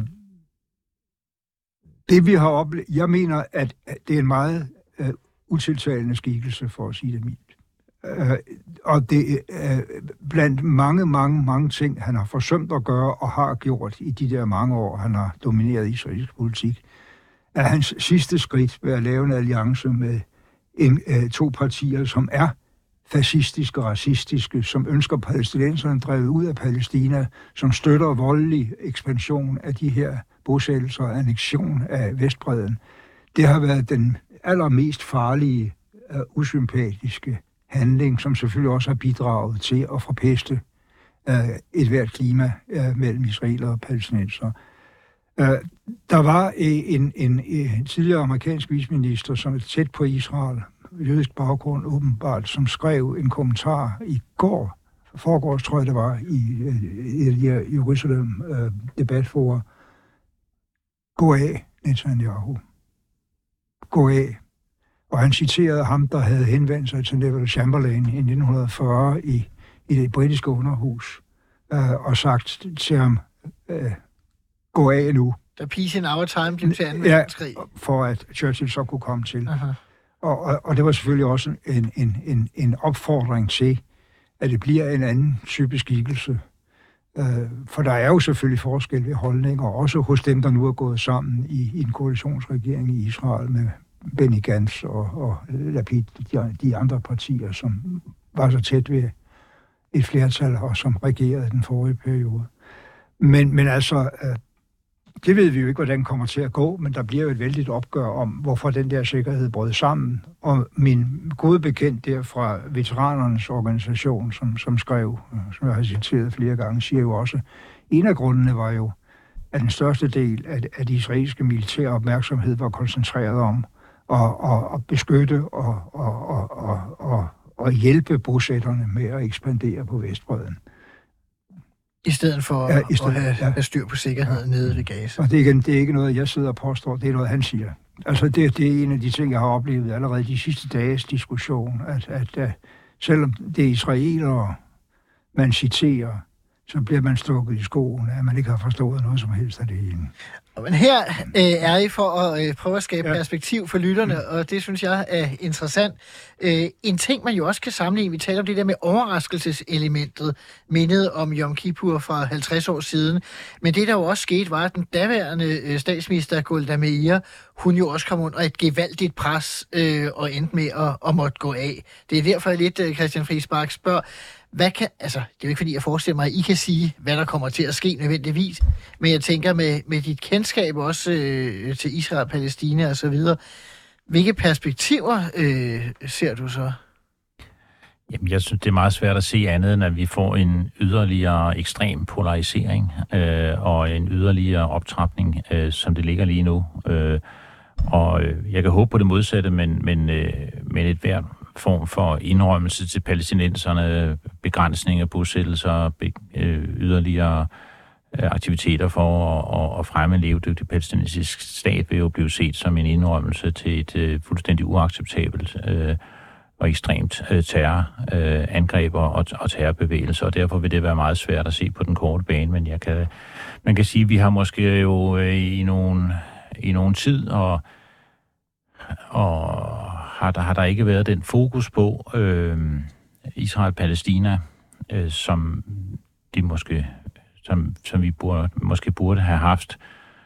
Speaker 7: det vi har oplevet, jeg mener, at, at det er en meget uh, utiltalende skikkelse, for at sige det mildt. Uh, og det er uh, blandt mange, mange, mange ting, han har forsømt at gøre og har gjort i de der mange år, han har domineret israelsk politik, er hans sidste skridt ved at lave en alliance med en, uh, to partier, som er fascistiske og racistiske, som ønsker palæstinenserne drevet ud af Palæstina, som støtter voldelig ekspansion af de her bosættelser og annektion af Vestbredden. Det har været den allermest farlige, uh, usympatiske handling, som selvfølgelig også har bidraget til at forpeste uh, et hvert klima uh, mellem israelere og palæstinenser. Uh, der var en, en, en tidligere amerikansk viceminister, som er tæt på Israel, jødisk baggrund åbenbart, som skrev en kommentar i går, forgårs tror jeg det var, i, i, i Jerusalem uh, debatforum. Gå af, Netanyahu. Gå af. Og han citerede ham, der havde henvendt sig til Neville Chamberlain i nitten fyrre i, i det britiske underhus, øh, og sagt til ham, øh, gå af nu.
Speaker 6: Da peace in our time blev til anden
Speaker 7: verdenskrig. Ja, for at Churchill så kunne komme til. Og, og, og det var selvfølgelig også en, en, en, en opfordring til, at det bliver en anden type skikkelse, Øh, for der er jo selvfølgelig forskel ved holdninger, også hos dem, der nu er gået sammen i, i en koalitionsregering i Israel med Benny Gantz og, og Lapid, de, de andre partier, som var så tæt ved et flertal og som regerede den forrige periode. Men, men altså, øh, det ved vi jo ikke, hvordan det kommer til at gå, men der bliver jo et vældigt opgør om, hvorfor den der sikkerhed brød sammen. Og min gode bekendt der fra veteranernes organisation, som, som skrev, som jeg har citeret flere gange, siger jo også, en af grundene var jo, at den største del af, af de israelske militære opmærksomhed var koncentreret om at, at, at beskytte og, og, og, og, og, og hjælpe bosætterne med at ekspandere på Vestbredden.
Speaker 6: I stedet for ja, i stedet, at have, ja. have styr på sikkerheden ja. nede ved Gaza. Og
Speaker 7: det er, det er ikke noget, jeg sidder og påstår, det er noget, han siger. Altså, det, det er en af de ting, jeg har oplevet allerede de sidste dages diskussion, at, at, at selvom det er israelere, man citerer, så bliver man stukket i skoen, at man ikke har forstået noget som helst af det ene.
Speaker 6: Men her øh, er I for at øh, prøve at skabe ja. perspektiv for lytterne, mm. og det synes jeg er interessant. Øh, en ting, man jo også kan sammenligne, vi taler om det der med overraskelseselementet, mindet om Yom Kippur for halvtreds år siden, men det der jo også skete, var, at den daværende øh, statsminister Golda Meir, hun jo også kom under et gevaldigt pres øh, og endte med at, at måtte gå af. Det er derfor lidt, øh, Christian Friis Bach spørger, hvad kan, altså, det er jo ikke fordi, jeg forestiller mig, at I kan sige, hvad der kommer til at ske nødvendigvis, men jeg tænker med, med dit kendskab også øh, til Israel, Palæstina og så videre, hvilke perspektiver øh, ser du så?
Speaker 8: Jamen, jeg synes, det er meget svært at se andet, end at vi får en yderligere ekstrem polarisering øh, og en yderligere optrapning, øh, som det ligger lige nu. Øh, og øh, jeg kan håbe på det modsatte, men, men, øh, men et hvert form for indrømmelse til palæstinenserne, begrænsning af bosættelser, be, øh, yderligere øh, aktiviteter for at, at fremme en levedygtig palæstinensisk stat vil jo blive set som en indrømmelse til et øh, fuldstændig uacceptabelt øh, og ekstremt øh, terrorangreb øh, og, og terrorbevægelser, og derfor vil det være meget svært at se på den korte bane, men jeg kan, man kan sige, at vi har måske jo øh, i nogen i nogen tid, og, og har, der, har der ikke været den fokus på øh, Israel-Palæstina, øh, som de måske, som, som vi burde, måske burde have haft.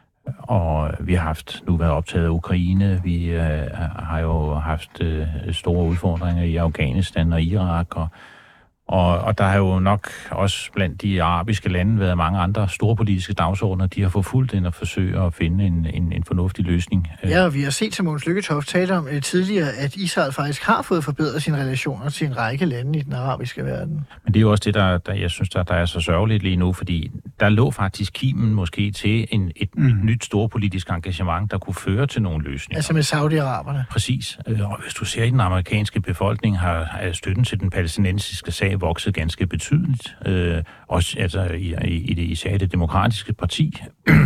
Speaker 8: Og vi har haft nu været optaget af Ukraine. Vi øh, har jo haft øh, store udfordringer i Afghanistan og Irak, og Og, og der har jo nok også blandt de arabiske lande været mange andre store politiske dagsordner, de har forfulgt ind og forsøge at finde en, en, en fornuftig løsning.
Speaker 6: Ja, og vi har set, som Mogens Lykketoft talte om uh, tidligere, at Israel faktisk har fået forbedret sine relationer til en række lande i den arabiske verden.
Speaker 8: Men det er jo også det, der, der jeg synes, der, der er så sørgeligt lige nu, fordi der lå faktisk kimen måske til en, et, mm. et nyt storpolitisk engagement, der kunne føre til nogle løsninger.
Speaker 6: Altså med Saudi-Araberne.
Speaker 8: Præcis. Og hvis du ser i den amerikanske befolkning, har støtten til den palæstinensiske sag vokset ganske betydeligt, øh, også altså, i, i det, især i det demokratiske parti.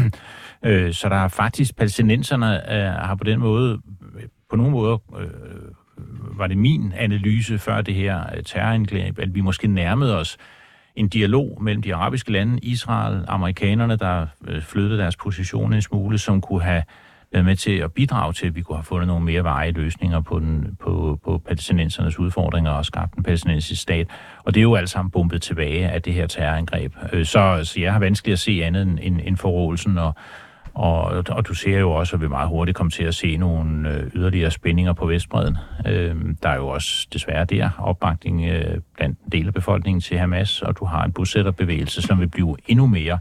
Speaker 8: øh, så der er faktisk, palæstinenserne øh, har på den måde, på nogle måder, øh, var det min analyse før det her terrorangreb, at vi måske nærmede os en dialog mellem de arabiske lande, Israel, amerikanerne, der øh, flyttede deres position en smule, som kunne have været med til at bidrage til, at vi kunne have fundet nogle mere varige løsninger på, den, på, på palæstinensernes udfordringer og skabt en palæstinensisk stat. Og det er jo alt sammen bumpet tilbage af det her terrorangreb. Så, så jeg har vanskeligt at se andet end, end, end forrådelsen, og, og, og du ser jo også, at vi meget hurtigt kommer til at se nogle yderligere spændinger på Vestbredden. Der er jo også desværre der opbakning blandt en del af befolkningen til Hamas, og du har en bosætterbevægelse, som vil blive endnu mere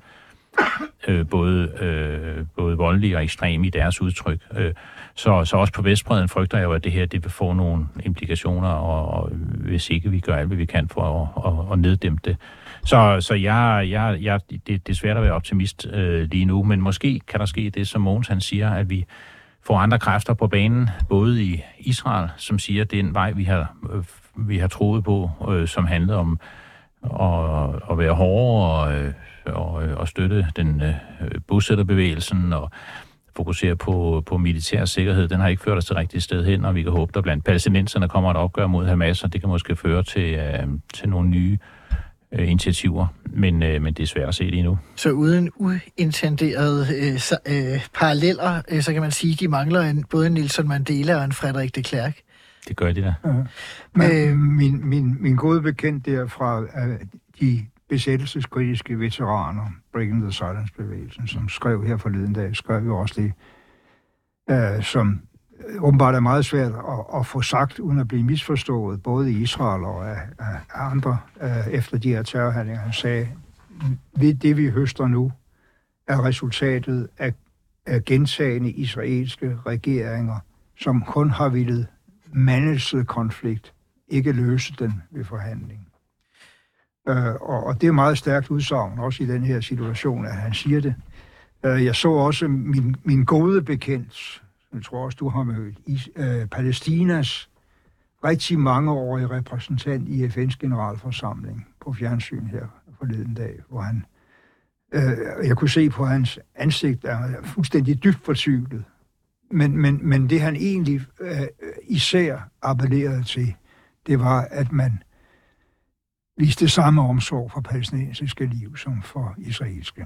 Speaker 8: Øh, både, øh, både voldelige og ekstreme i deres udtryk. Øh, så, så også på Vestbredden frygter jeg jo, at det her det vil få nogle implikationer, og, og hvis ikke vi gør alt, hvad vi kan for at, at, at neddæmpe det. Så, så jeg, jeg, jeg, det, det er svært at være optimist øh, lige nu, men måske kan der ske det, som Mogens han siger, at vi får andre kræfter på banen, både i Israel, som siger, at det er en vej, vi har, øh, vi har troet på, øh, som handlede om at, at være hårde og øh, Og, og støtte den øh, bosætterbevægelsen og fokusere på, på militær sikkerhed. Den har ikke ført os til rigtigt sted hen, og vi kan håbe, der blandt palæstinenserne kommer et opgør mod Hamas, og det kan måske føre til, øh, til nogle nye øh, initiativer. Men, øh, men det er svært at se lige nu.
Speaker 6: Så uden uintenderede øh, øh, paralleller, øh, så kan man sige, at de mangler en, både en Nelson Mandela og en Frederik de Klerk.
Speaker 8: Det gør de da.
Speaker 7: Ja. Men, øh, min, min, min gode bekendt der fra øh, de besættelseskritiske veteraner, Breaking the Silence-bevægelsen, som skrev her forleden dag, skrev jo også det, øh, som åbenbart er meget svært at, at få sagt, uden at blive misforstået, både i Israel og af, af andre, øh, efter de her terrorhandlinger. Han sagde, ved det vi høster nu, er resultatet af, af gentagende israelske regeringer, som kun har villet manage konflikt, ikke løse den ved forhandling. Øh, og, og det er meget stærkt udsagn, også i den her situation, at han siger det. Øh, jeg så også min, min gode bekendt, jeg tror også, du har mødt, i, øh, Palæstinas rigtig mangeårige repræsentant i F N's generalforsamling på fjernsyn her forleden dag, hvor han, øh, jeg kunne se på hans ansigt, at han er fuldstændig dybt fortvivlet. Men, men, men det han egentlig øh, især appellerede til, det var, at man viste samme omsorg for palæstinensiske liv som for israelske.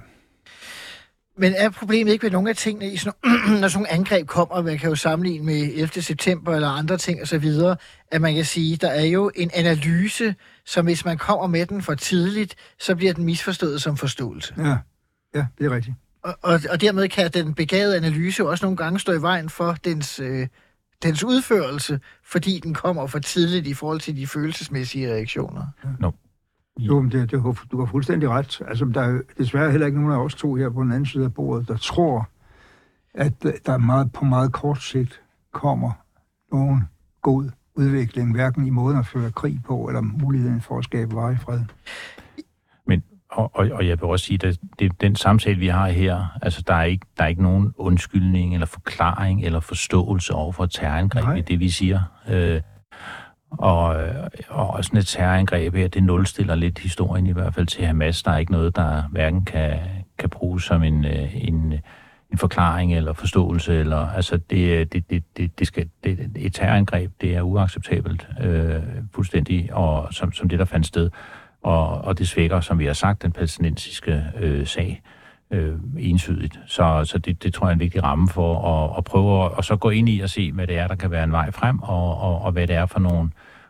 Speaker 6: Men er problemet ikke ved nogle af tingene, i sådan, når sådan nogle angreb kommer, man kan jo sammenligne med ellevte september eller andre ting osv., at man kan sige, der er jo en analyse, som hvis man kommer med den for tidligt, så bliver den misforstået som forståelse.
Speaker 7: Ja, ja, det er rigtigt.
Speaker 6: Og, og, og dermed kan den begavede analyse også nogle gange stå i vejen for dens, øh, dens udførelse, fordi den kommer for tidligt i forhold til de følelsesmæssige reaktioner.
Speaker 7: Ja. No. Jo, men det, det, du har fuldstændig ret. Altså, der er jo desværre heller ikke nogen af os to her på den anden side af bordet, der tror, at der meget, på meget kort sigt kommer nogen god udvikling, hverken i måden at føre krig på, eller muligheden for at skabe varig fred.
Speaker 8: Men, og, og, og jeg vil også sige, at det, den samtale, vi har her, altså, der er, ikke, der er ikke nogen undskyldning, eller forklaring, eller forståelse over for terrorangreb i det, vi siger. Øh, Og, og sådan et terrorangreb her, det nulstiller lidt historien i hvert fald til Hamas. Der er ikke noget, der hverken kan, kan bruges som en, en, en forklaring eller forståelse. Eller, altså det, det, det, det, det skal, det, et terrorangreb, det er uacceptabelt øh, fuldstændig, og som, som det, der fandt sted. Og, og det svækker, som vi har sagt, den palæstinensiske øh, sag øh, ensydigt. Så, så det, det tror jeg er en vigtig ramme for at, at prøve at og så gå ind i og se, hvad det er, der kan være en vej frem, og, og, og hvad det er for nogle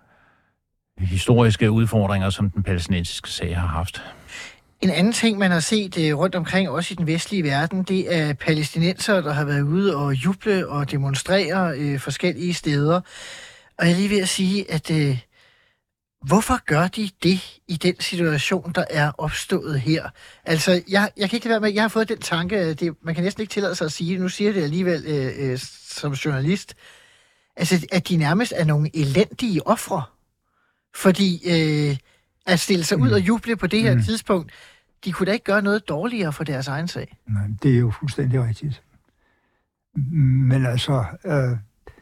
Speaker 8: historiske udfordringer, som den palæstinensiske sag har haft.
Speaker 6: En anden ting, man har set rundt omkring, også i den vestlige verden, det er palæstinenser, der har været ude og juble og demonstrere øh, forskellige steder. Og jeg er lige ved at sige, at øh, hvorfor gør de det i den situation, der er opstået her? Altså, jeg, jeg kan ikke lade være med, jeg har fået den tanke, det, man kan næsten ikke tillade sig at sige det, nu siger jeg det alligevel øh, øh, som journalist, altså, at de nærmest er nogle elendige ofre. Fordi øh, at stille sig mm. ud og juble på det her mm. tidspunkt, de kunne da ikke gøre noget dårligere for deres egen sag.
Speaker 7: Nej, det er jo fuldstændig rigtigt. Men altså, øh,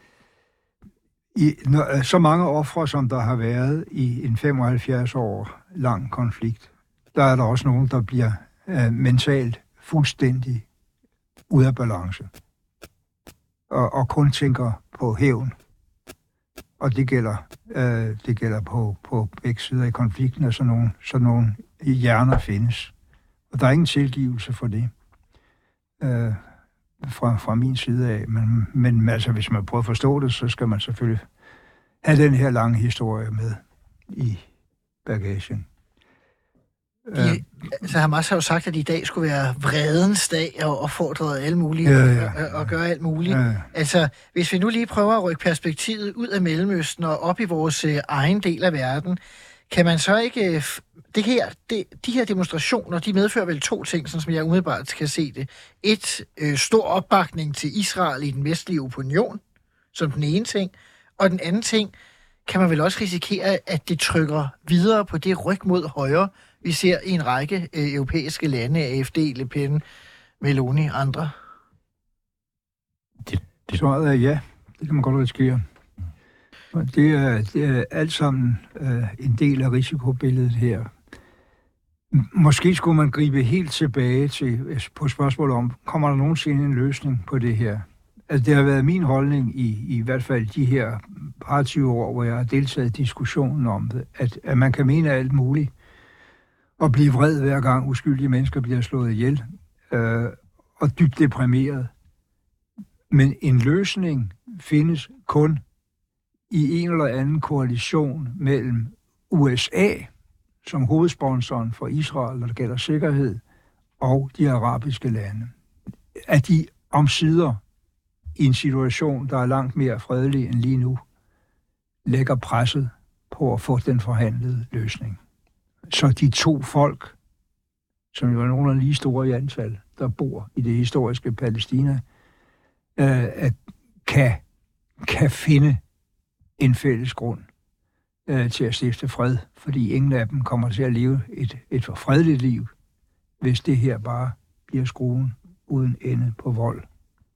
Speaker 7: i, når, så mange ofre, som der har været i en femoghalvfjerds år lang konflikt, der er der også nogen, der bliver øh, mentalt fuldstændig ude af balance. Og, og kun tænker på hævn. Og det gælder, øh, det gælder på, på begge sider i konflikten, at sådan nogle, sådan nogle hjerner findes. Og der er ingen tilgivelse for det øh, fra, fra min side af. Men, men altså, hvis man prøver at forstå det, så skal man selvfølgelig have den her lange historie med i bagagen.
Speaker 6: De, altså Hamas har jo sagt, at i dag skulle være vredens dag og opfordret alle mulige ja, ja, ja. og, og gøre alt muligt. Ja, ja. Altså, hvis vi nu lige prøver at rykke perspektivet ud af Mellemøsten og op i vores øh, egen del af verden, kan man så ikke... Øh, det her, det, de her demonstrationer, de medfører vel to ting, sådan som jeg umiddelbart kan se det. Et, øh, stor opbakning til Israel i den vestlige opinion, som den ene ting. Og den anden ting, kan man vel også risikere, at det trykker videre på det ryg mod højre, vi ser i en række øh, europæiske lande, A F D, Le Pen, Meloni og andre.
Speaker 7: Det, det... Svaret er ja, det kan man godt risikere. Og det er, det er alt sammen øh, en del af risikobilledet her. Måske skulle man gribe helt tilbage til, på spørgsmålet om, kommer der nogensinde en løsning på det her? Altså, det har været min holdning i, i hvert fald de her par tyve år, hvor jeg har deltaget i diskussionen om det, at, at man kan mene alt muligt, og blive vred hver gang uskyldige mennesker bliver slået ihjel, øh, og dybt deprimeret. Men en løsning findes kun i en eller anden koalition mellem U S A, som hovedsponsoren for Israel, når det gælder sikkerhed, og de arabiske lande, at de omsider i en situation, der er langt mere fredelig end lige nu, lægger presset på at få den forhandlede løsning. Så de to folk, som jo er nogle af lige store i antal, der bor i det historiske Palæstina, øh, kan, kan finde en fælles grund øh, til at stifte fred, fordi ingen af dem kommer til at leve et, et for fredeligt liv, hvis det her bare bliver skruen uden ende på vold.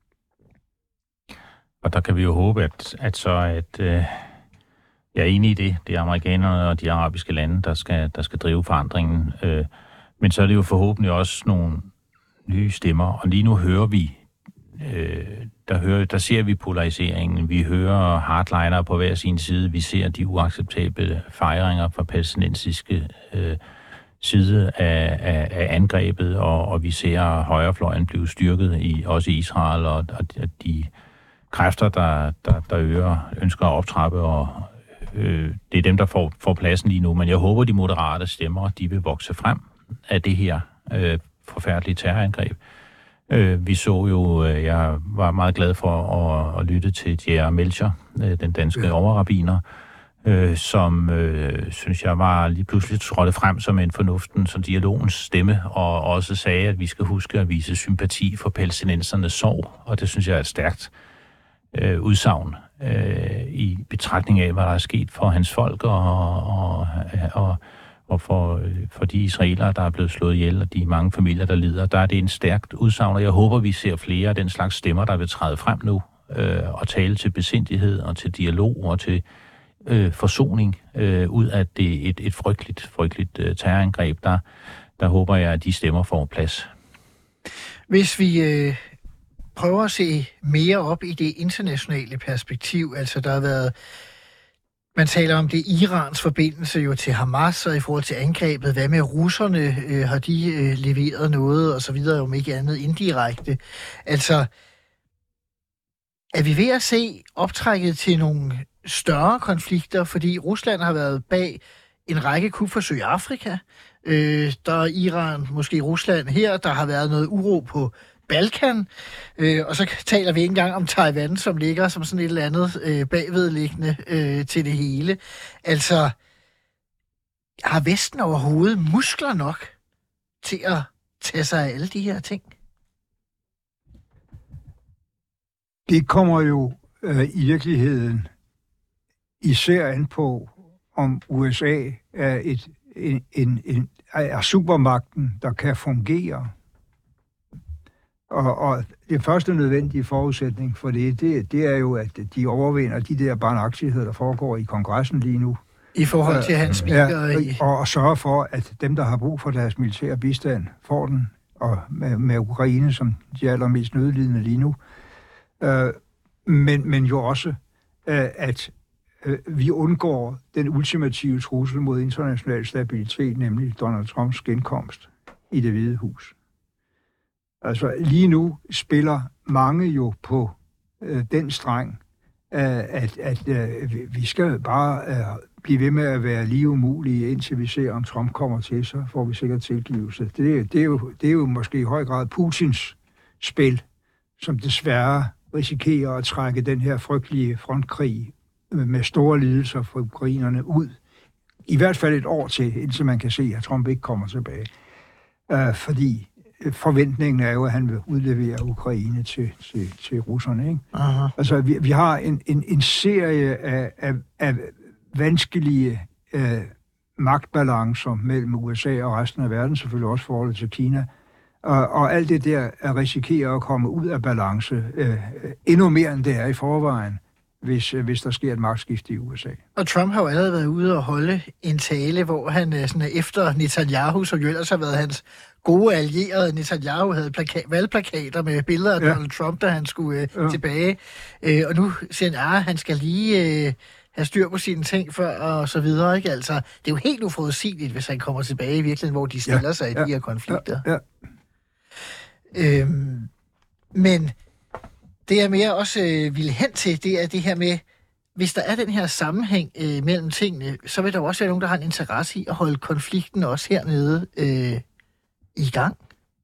Speaker 8: Og der kan vi jo håbe, at, at så at øh, jeg er enig i det. Det er amerikanerne og de arabiske lande, der skal, der skal drive forandringen. Øh, men så er det jo forhåbentlig også nogle nye stemmer. Og lige nu hører vi, øh, der, hører, der ser vi polariseringen. Vi hører hardliner på hver sin side. Vi ser de uacceptable fejringer fra palæstinensiske øh, side af, af, af angrebet, og, og vi ser højrefløjen blive styrket i også i Israel, og, og de kræfter, der, der, der øger, ønsker at optrappe, og øh, det er dem, der får, får pladsen lige nu. Men jeg håber, de moderate stemmer, de vil vokse frem af det her øh, forfærdelige terrorangreb. Øh, vi så jo, øh, jeg var meget glad for at, at lytte til J R. Melcher, øh, den danske ja. overrabbiner, øh, som, øh, synes jeg, var lige pludselig trådte frem som en fornuftens og dialogens stemme, og også sagde, at vi skal huske at vise sympati for palæstinensernes sorg, og det synes jeg er et stærkt øh, udsagn øh, i betragtning af, hvad der er sket for hans folk, og, og, og, og for, for de israelere, der er blevet slået ihjel, og de mange familier, der lider. Der er det en stærkt udsagn, og jeg håber, vi ser flere af den slags stemmer, der vil træde frem nu, øh, og tale til besindighed, og til dialog, og til øh, forsoning, øh, ud af det et, et frygteligt, frygteligt øh, terrorangreb. Der, der håber jeg, at de stemmer får plads.
Speaker 6: Hvis vi øh, prøver at se mere op i det internationale perspektiv, altså der har været, man taler om det Irans forbindelse jo til Hamas, og i forhold til angrebet, hvad med russerne, øh, har de øh, leveret noget, og så videre, om ikke andet indirekte. Altså, er vi ved at se optrækket til nogle større konflikter, fordi Rusland har været bag en række kupforsøg i Afrika. Øh, der er Iran, måske Rusland her, der har været noget uro på Balkan, øh, og så taler vi ikke engang om Taiwan, som ligger som sådan et eller andet øh, bagvedliggende øh, til det hele. Altså, har Vesten overhovedet muskler nok til at tage sig af alle de her ting?
Speaker 7: Det kommer jo øh, i virkeligheden især an på, om U S A er, et, en, en, en, er supermagten, der kan fungere. Og, og det første nødvendige forudsætning for det, det, det er jo, at de overvinder de der barnagtigheder, der foregår i kongressen lige nu.
Speaker 6: I forhold til hans speaker.
Speaker 7: Ja, og, og sørge for, at dem, der har brug for deres militære bistand, får den, og med, med Ukraine som de allermest nødlidende lige nu. Uh, men, men jo også, uh, at uh, vi undgår den ultimative trussel mod international stabilitet, nemlig Donald Trumps genkomst i Det Hvide Hus. Altså lige nu spiller mange jo på uh, den streng, uh, at, at uh, vi skal bare uh, blive ved med at være lige umulige, indtil vi ser, om Trump kommer til, så får vi sikkert tilgivelse. Det, det, er, jo, det er jo måske i høj grad Putins spil, som desværre risikerer at trække den her frygtelige frontkrig med store lidelser for ukrainerne ud. I hvert fald et år til, indtil man kan se, at Trump ikke kommer tilbage. Uh, fordi forventningen er jo, at han vil udlevere Ukraine til, til, til russerne. Ikke? Aha. Altså, vi, vi har en, en, en serie af, af, af vanskelige uh, magtbalancer mellem U S A og resten af verden, selvfølgelig også forholdet til Kina. Og, og alt det der er risikerer at komme ud af balance øh, endnu mere, end det er i forvejen, hvis, øh, hvis der sker et magtskifte i U S A.
Speaker 6: Og Trump har jo allerede været ude og holde en tale, hvor han øh, sådan, efter Netanyahu, som jo ellers har været hans gode allierede, Netanyahu havde plaka- valgplakater med billeder af ja. Donald Trump, da han skulle øh, ja. tilbage. Øh, og nu siger han, at han skal lige øh, have styr på sine ting før, og så videre. Ikke? Altså, det er jo helt uforudsigeligt, hvis han kommer tilbage i virkeligheden, hvor de stiller ja. sig i ja. de her konflikter. Ja. Ja. Øhm, men det jeg mere også øh, ville hen til, det er det her med, hvis der er den her sammenhæng øh, mellem tingene, så vil der også være nogen, der har en interesse i at holde konflikten også hernede øh, i gang.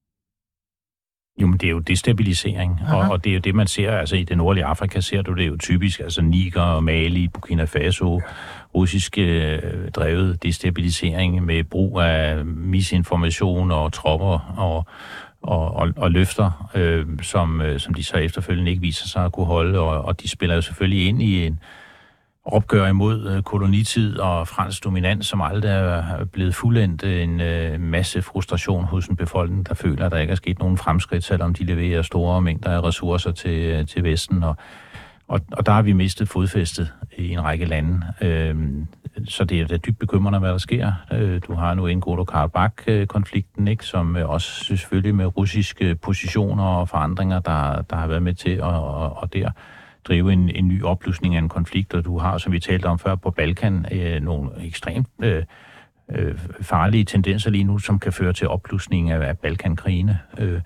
Speaker 8: Jo, men det er jo destabilisering, og, og det er jo det, man ser, altså i det nordlige Afrika ser du det jo typisk, altså Niger, Mali, Burkina Faso, russisk øh, drevet destabilisering med brug af misinformation og tropper og, og, og, og løfter, øh, som, øh, som de så efterfølgende ikke viser sig at kunne holde, og, og de spiller jo selvfølgelig ind i en opgør imod øh, kolonitid og fransk dominans, som aldrig er blevet fuldendt, en øh, masse frustration hos en befolkning, der føler, at der ikke er sket nogen fremskridt, selvom de leverer store mængder af ressourcer til, til Vesten. Og, og, og der har vi mistet fodfæstet i en række lande. Øh, så det er da dybt bekymrende, hvad der sker. Øh, du har nu Nagorno-Karabakh-konflikten, ikke, som øh, også selvfølgelig med russiske positioner og forandringer, der, der har været med til, og, og, og der drive en, en ny opløsning af en konflikt, og du har, som vi talte om før, på Balkan, øh, nogle ekstremt øh, øh, farlige tendenser lige nu, som kan føre til opløsning af, af Balkankrigene. Øh,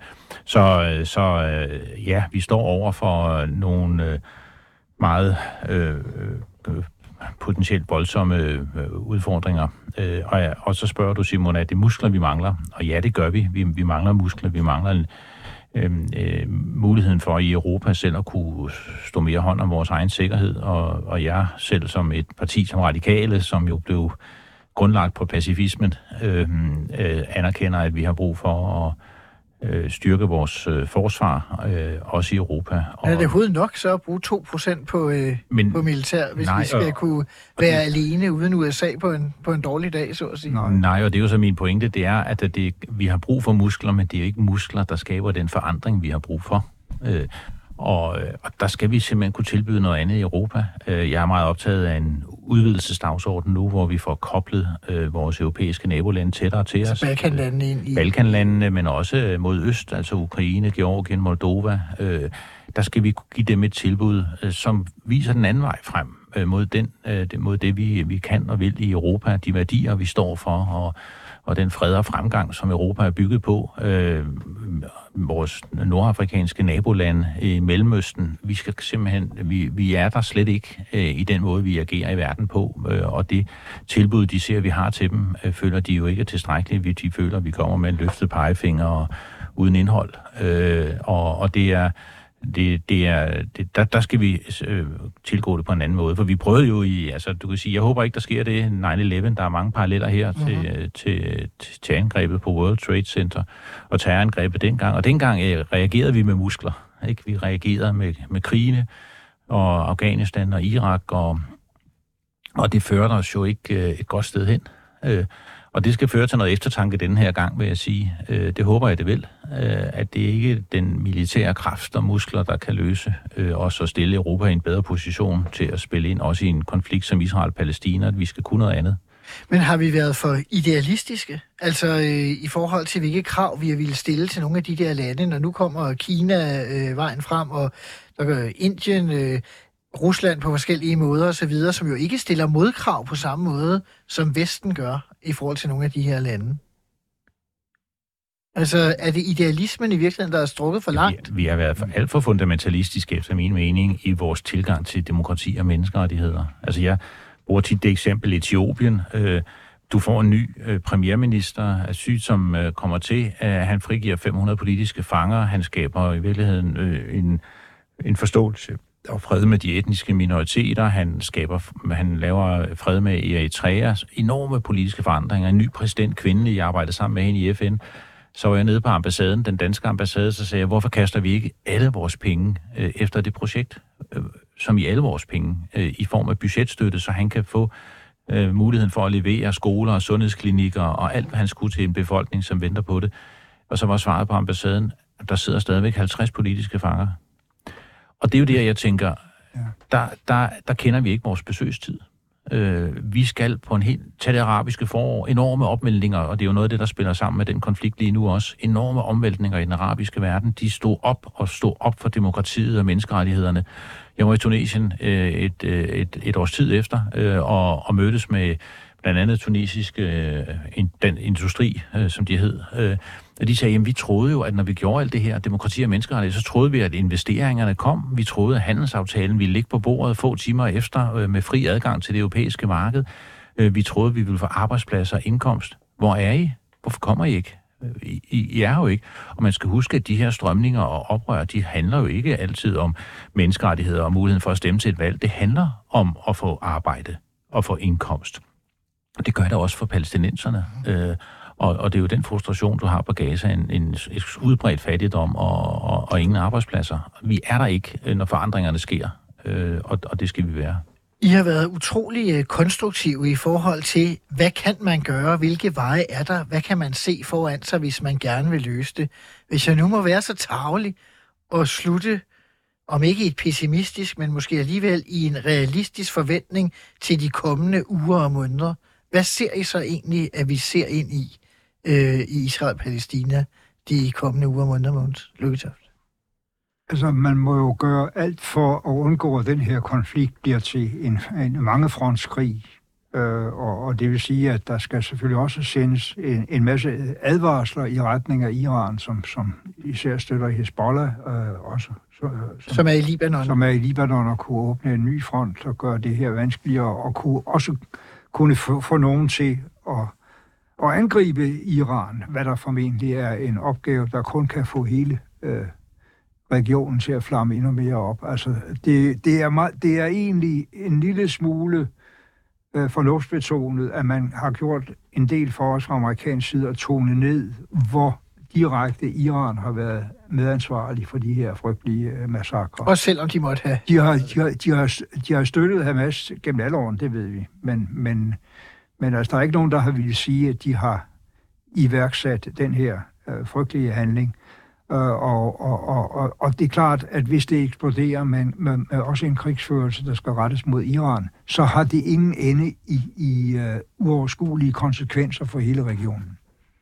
Speaker 8: så så øh, ja, vi står over for nogle øh, meget øh, øh, potentielt voldsomme øh, udfordringer. Øh, og, og så spørger du, Simon, er det muskler, vi mangler? Og ja, det gør vi. Vi, vi mangler muskler, vi mangler en Øh, øh, muligheden for i Europa selv at kunne stå mere hånd om vores egen sikkerhed, og, og jeg selv som et parti som Radikale, som jo blev grundlagt på pacifismen, øh, øh, anerkender, at vi har brug for at øh, styrke vores øh, forsvar, øh, også i Europa.
Speaker 6: Og er det overhovedet nok så at bruge to procent på, øh, men, på militær, hvis nej, vi skal og, kunne være det, alene uden U S A på en, på en dårlig dag, så at sige?
Speaker 8: Nej, nej, og det er jo så min pointe, det er, at det, vi har brug for muskler, men det er jo ikke muskler, der skaber den forandring, vi har brug for. Øh, og, og der skal vi simpelthen kunne tilbyde noget andet i Europa. Øh, jeg er meget optaget af en udvidelsesdagsorden nu, hvor vi får koblet øh, vores europæiske nabolande tættere til
Speaker 6: så
Speaker 8: os.
Speaker 6: Balkanlandene ind i...
Speaker 8: Balkanlandene, men også mod øst, altså Ukraine, Georgien, Moldova. Øh, der skal vi kunne give dem et tilbud, øh, som viser den anden vej frem øh, mod, den, øh, mod det, vi, vi kan og vil i Europa, de værdier, vi står for, og, og den fred og fremgang, som Europa er bygget på. Øh, vores nordafrikanske nabolande i Mellemøsten, vi skal simpelthen, vi, vi er der slet ikke øh, i den måde, vi agerer i verden på, øh, og det tilbud, de ser, vi har til dem, øh, føler de jo ikke er tilstrækkeligt. De føler, at vi kommer med en løftet pegefinger og uden indhold, øh, og, og det er Det, det er, det, der, der skal vi øh, tilgå det på en anden måde, for vi prøvede jo i, altså du kan sige, jeg håber ikke, der sker det nine eleven, der er mange paralleller her mm-hmm. til, til, til, til angrebet på World Trade Center og terrorangrebet dengang, og dengang øh, reagerede vi med muskler, ikke? Vi reagerede med, med krigene og Afghanistan og Irak, og, og det førte os jo ikke øh, et godt sted hen. Øh, Og det skal føre til noget eftertanke denne her gang, vil jeg sige. Øh, det håber jeg, det vil. Øh, at det ikke er den militære kraft og muskler, der kan løse øh, os og stille Europa i en bedre position til at spille ind, også i en konflikt som Israel-Palæstina, at vi skal kunne noget andet.
Speaker 6: Men har vi været for idealistiske? Altså øh, i forhold til, hvilke krav vi ville stille til nogle af de der lande, når nu kommer Kina øh, vejen frem, og der gør Indien... Øh, Rusland på forskellige måder og så videre, som jo ikke stiller modkrav på samme måde, som Vesten gør i forhold til nogle af de her lande. Altså, er det idealismen i virkeligheden, der er strukket for langt?
Speaker 8: Vi, vi har været for, alt for fundamentalistiske, efter min mening, i vores tilgang til demokrati og menneskerettigheder. Altså, jeg bruger tit det eksempel Etiopien. Du får en ny premierminister, Asyl, som kommer til, at han frigiver fem hundrede politiske fanger. Han skaber i virkeligheden en, en forståelse og fred med de etniske minoriteter. Han skaber, han laver fred med Eritrea. Enorme politiske forandringer. En ny præsident, kvindelig, jeg arbejdede sammen med hende i F N. Så var jeg nede på ambassaden, den danske ambassade, så sagde jeg, hvorfor kaster vi ikke alle vores penge øh, efter det projekt, øh, som i alle vores penge, øh, i form af budgetstøtte, så han kan få øh, muligheden for at levere skoler og sundhedsklinikker og alt, hvad han skulle til en befolkning, som venter på det. Og så var svaret på ambassaden, der sidder stadigvæk halvtreds politiske fanger. Og det er jo det, jeg tænker, der, der, der kender vi ikke vores besøgstid. Øh, vi skal på en helt, tage det arabiske forår, enorme opmeldninger, og det er jo noget af det, der spiller sammen med den konflikt lige nu også, enorme omvæltninger i den arabiske verden. De stod op og stod op for demokratiet og menneskerettighederne. Jeg var i Tunesien øh, et, et, et års tid efter, øh, og, og mødtes med blandt andet tunesisk øh, den industri, øh, som de hed, øh, Og de sagde, jamen vi troede jo, at når vi gjorde alt det her, demokrati og menneskerettighed, så troede vi, at investeringerne kom. Vi troede, at handelsaftalen ville ligge på bordet få timer efter øh, med fri adgang til det europæiske marked. Øh, vi troede, vi ville få arbejdspladser og indkomst. Hvor er I? Hvorfor kommer I ikke? I, I er jo ikke. Og man skal huske, at de her strømninger og oprør, de handler jo ikke altid om menneskerettigheder og muligheden for at stemme til et valg. Det handler om at få arbejde og få indkomst. Og det gør det også for palæstinenserne. Øh, og, og det er jo den frustration, du har på Gaza, en, en, en udbredt fattigdom og, og, og ingen arbejdspladser. Vi er der ikke, når forandringerne sker, øh, og, og det skal vi være.
Speaker 6: I har været utrolig konstruktive i forhold til, hvad kan man gøre, hvilke veje er der, hvad kan man se foran sig, hvis man gerne vil løse det. Hvis jeg nu må være så tarvelig og slutte, om ikke i et pessimistisk, men måske alligevel i en realistisk forventning til de kommende uger og måneder, hvad ser I så egentlig, at vi ser ind i øh, i Israel-Palæstina de kommende uger og måneder, Mogens Lykketoft?
Speaker 7: Altså, man må jo gøre alt for at undgå, at den her konflikt bliver til en, en mangefrontskrig. Øh, og, og det vil sige, at der skal selvfølgelig også sendes en, en masse advarsler i retning af Iran, som, som især støtter Hezbollah, øh, også, så, som, som er i Libanon. Som er i Libanon og kunne åbne en ny front og gøre det her vanskeligere, og kunne også kunne få, få nogen til at, at angribe Iran, hvad der formentlig er en opgave, der kun kan få hele øh, regionen til at flamme endnu mere op. Altså, det, det, er, meget, det er egentlig en lille smule øh, fornuftsbetonet, at man har gjort en del for os fra amerikansk side at tone ned, hvor direkte Iran har været medansvarlig for de her frygtelige øh, massakrer.
Speaker 6: Også selvom de måtte have...
Speaker 7: De har, de har, de har, de har støttet Hamas gennem alle årene, det ved vi. Men, men, men altså, der er ikke nogen, der har ville sige, at de har iværksat den her øh, frygtelige handling. Uh, og, og, og, og det er klart, at hvis det eksploderer med, med, med også en krigsførelse, der skal rettes mod Iran, så har det ingen ende i, i uh, uoverskuelige konsekvenser for hele regionen.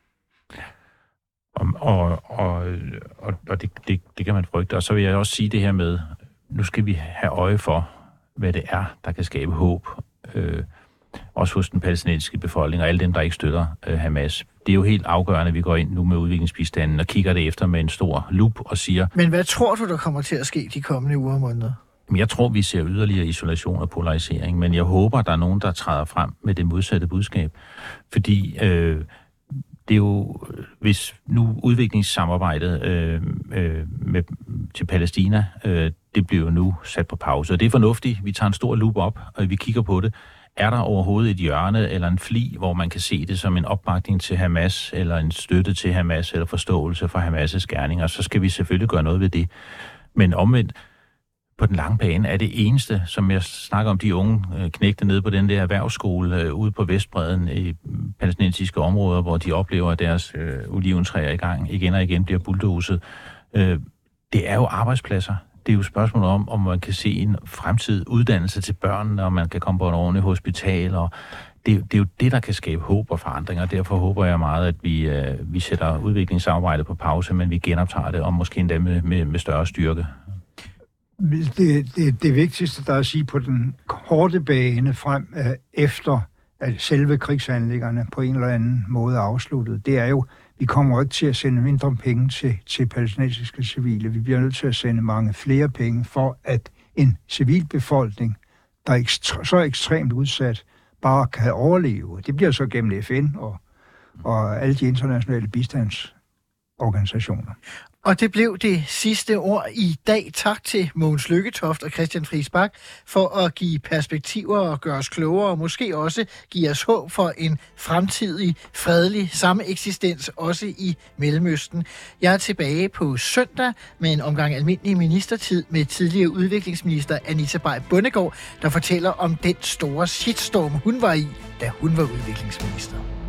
Speaker 8: Og, og, og, og det, det, det kan man frygte. Og så vil jeg også sige det her med, nu skal vi have øje for, hvad det er, der kan skabe håb. Øh, også hos den palæstinensiske befolkning og alle dem, der ikke støtter øh, Hamas. Det er jo helt afgørende, at vi går ind nu med udviklingsbistanden og kigger det efter med en stor lup og siger...
Speaker 6: Men hvad tror du, der kommer til at ske de kommende uger og måneder?
Speaker 8: Jeg tror, vi ser yderligere isolation og polarisering, men jeg håber, der er nogen, der træder frem med det modsatte budskab. Fordi øh, det er jo, hvis nu udviklingssamarbejdet øh, øh, med, til Palæstina, øh, det bliver jo nu sat på pause. Og det er fornuftigt. Vi tager en stor lup op, og vi kigger på det. Er der overhovedet et hjørne eller en fli, hvor man kan se det som en opbakning til Hamas, eller en støtte til Hamas, eller forståelse for Hamas' gerninger, så skal vi selvfølgelig gøre noget ved det. Men omvendt, på den lange bane er det eneste, som jeg snakker om de unge knægte nede på den der erhvervsskole ude på Vestbredden i palæstinensiske områder, hvor de oplever, at deres øh, oliventræer i gang igen og igen bliver bulldozet. Øh, det er jo arbejdspladser. Det er jo spørgsmål om, om man kan se en fremtidig uddannelse til børnene, og man kan komme på en ordentlig hospital. Og det, det er jo det, der kan skabe håb og forandringer. Derfor håber jeg meget, at vi, øh, vi sætter udviklingsarbejdet på pause, men vi genoptager det, og måske endda med, med, med større styrke.
Speaker 7: Det, det, det vigtigste, der er at sige på den korte bane frem øh, efter, at selve krigshandlingerne på en eller anden måde er afsluttet, det er jo, vi kommer ikke til at sende mindre penge til, til palæstinensiske civile. Vi bliver nødt til at sende mange flere penge for, at en civilbefolkning, der er ekstre, så ekstremt udsat, bare kan overleve. Det bliver så gennem F N og, og alle de internationale bistandsorganisationer.
Speaker 6: Og det blev det sidste ord i dag. Tak til Mogens Lykketoft og Christian Friis Bach for at give perspektiver og gøre os klogere, og måske også give os håb for en fremtidig, fredelig sameksistens, også i Mellemøsten. Jeg er tilbage på søndag med en omgang almindelig ministertid med tidligere udviklingsminister Anita Bay Bondegård, der fortæller om den store shitstorm, hun var i, da hun var udviklingsminister.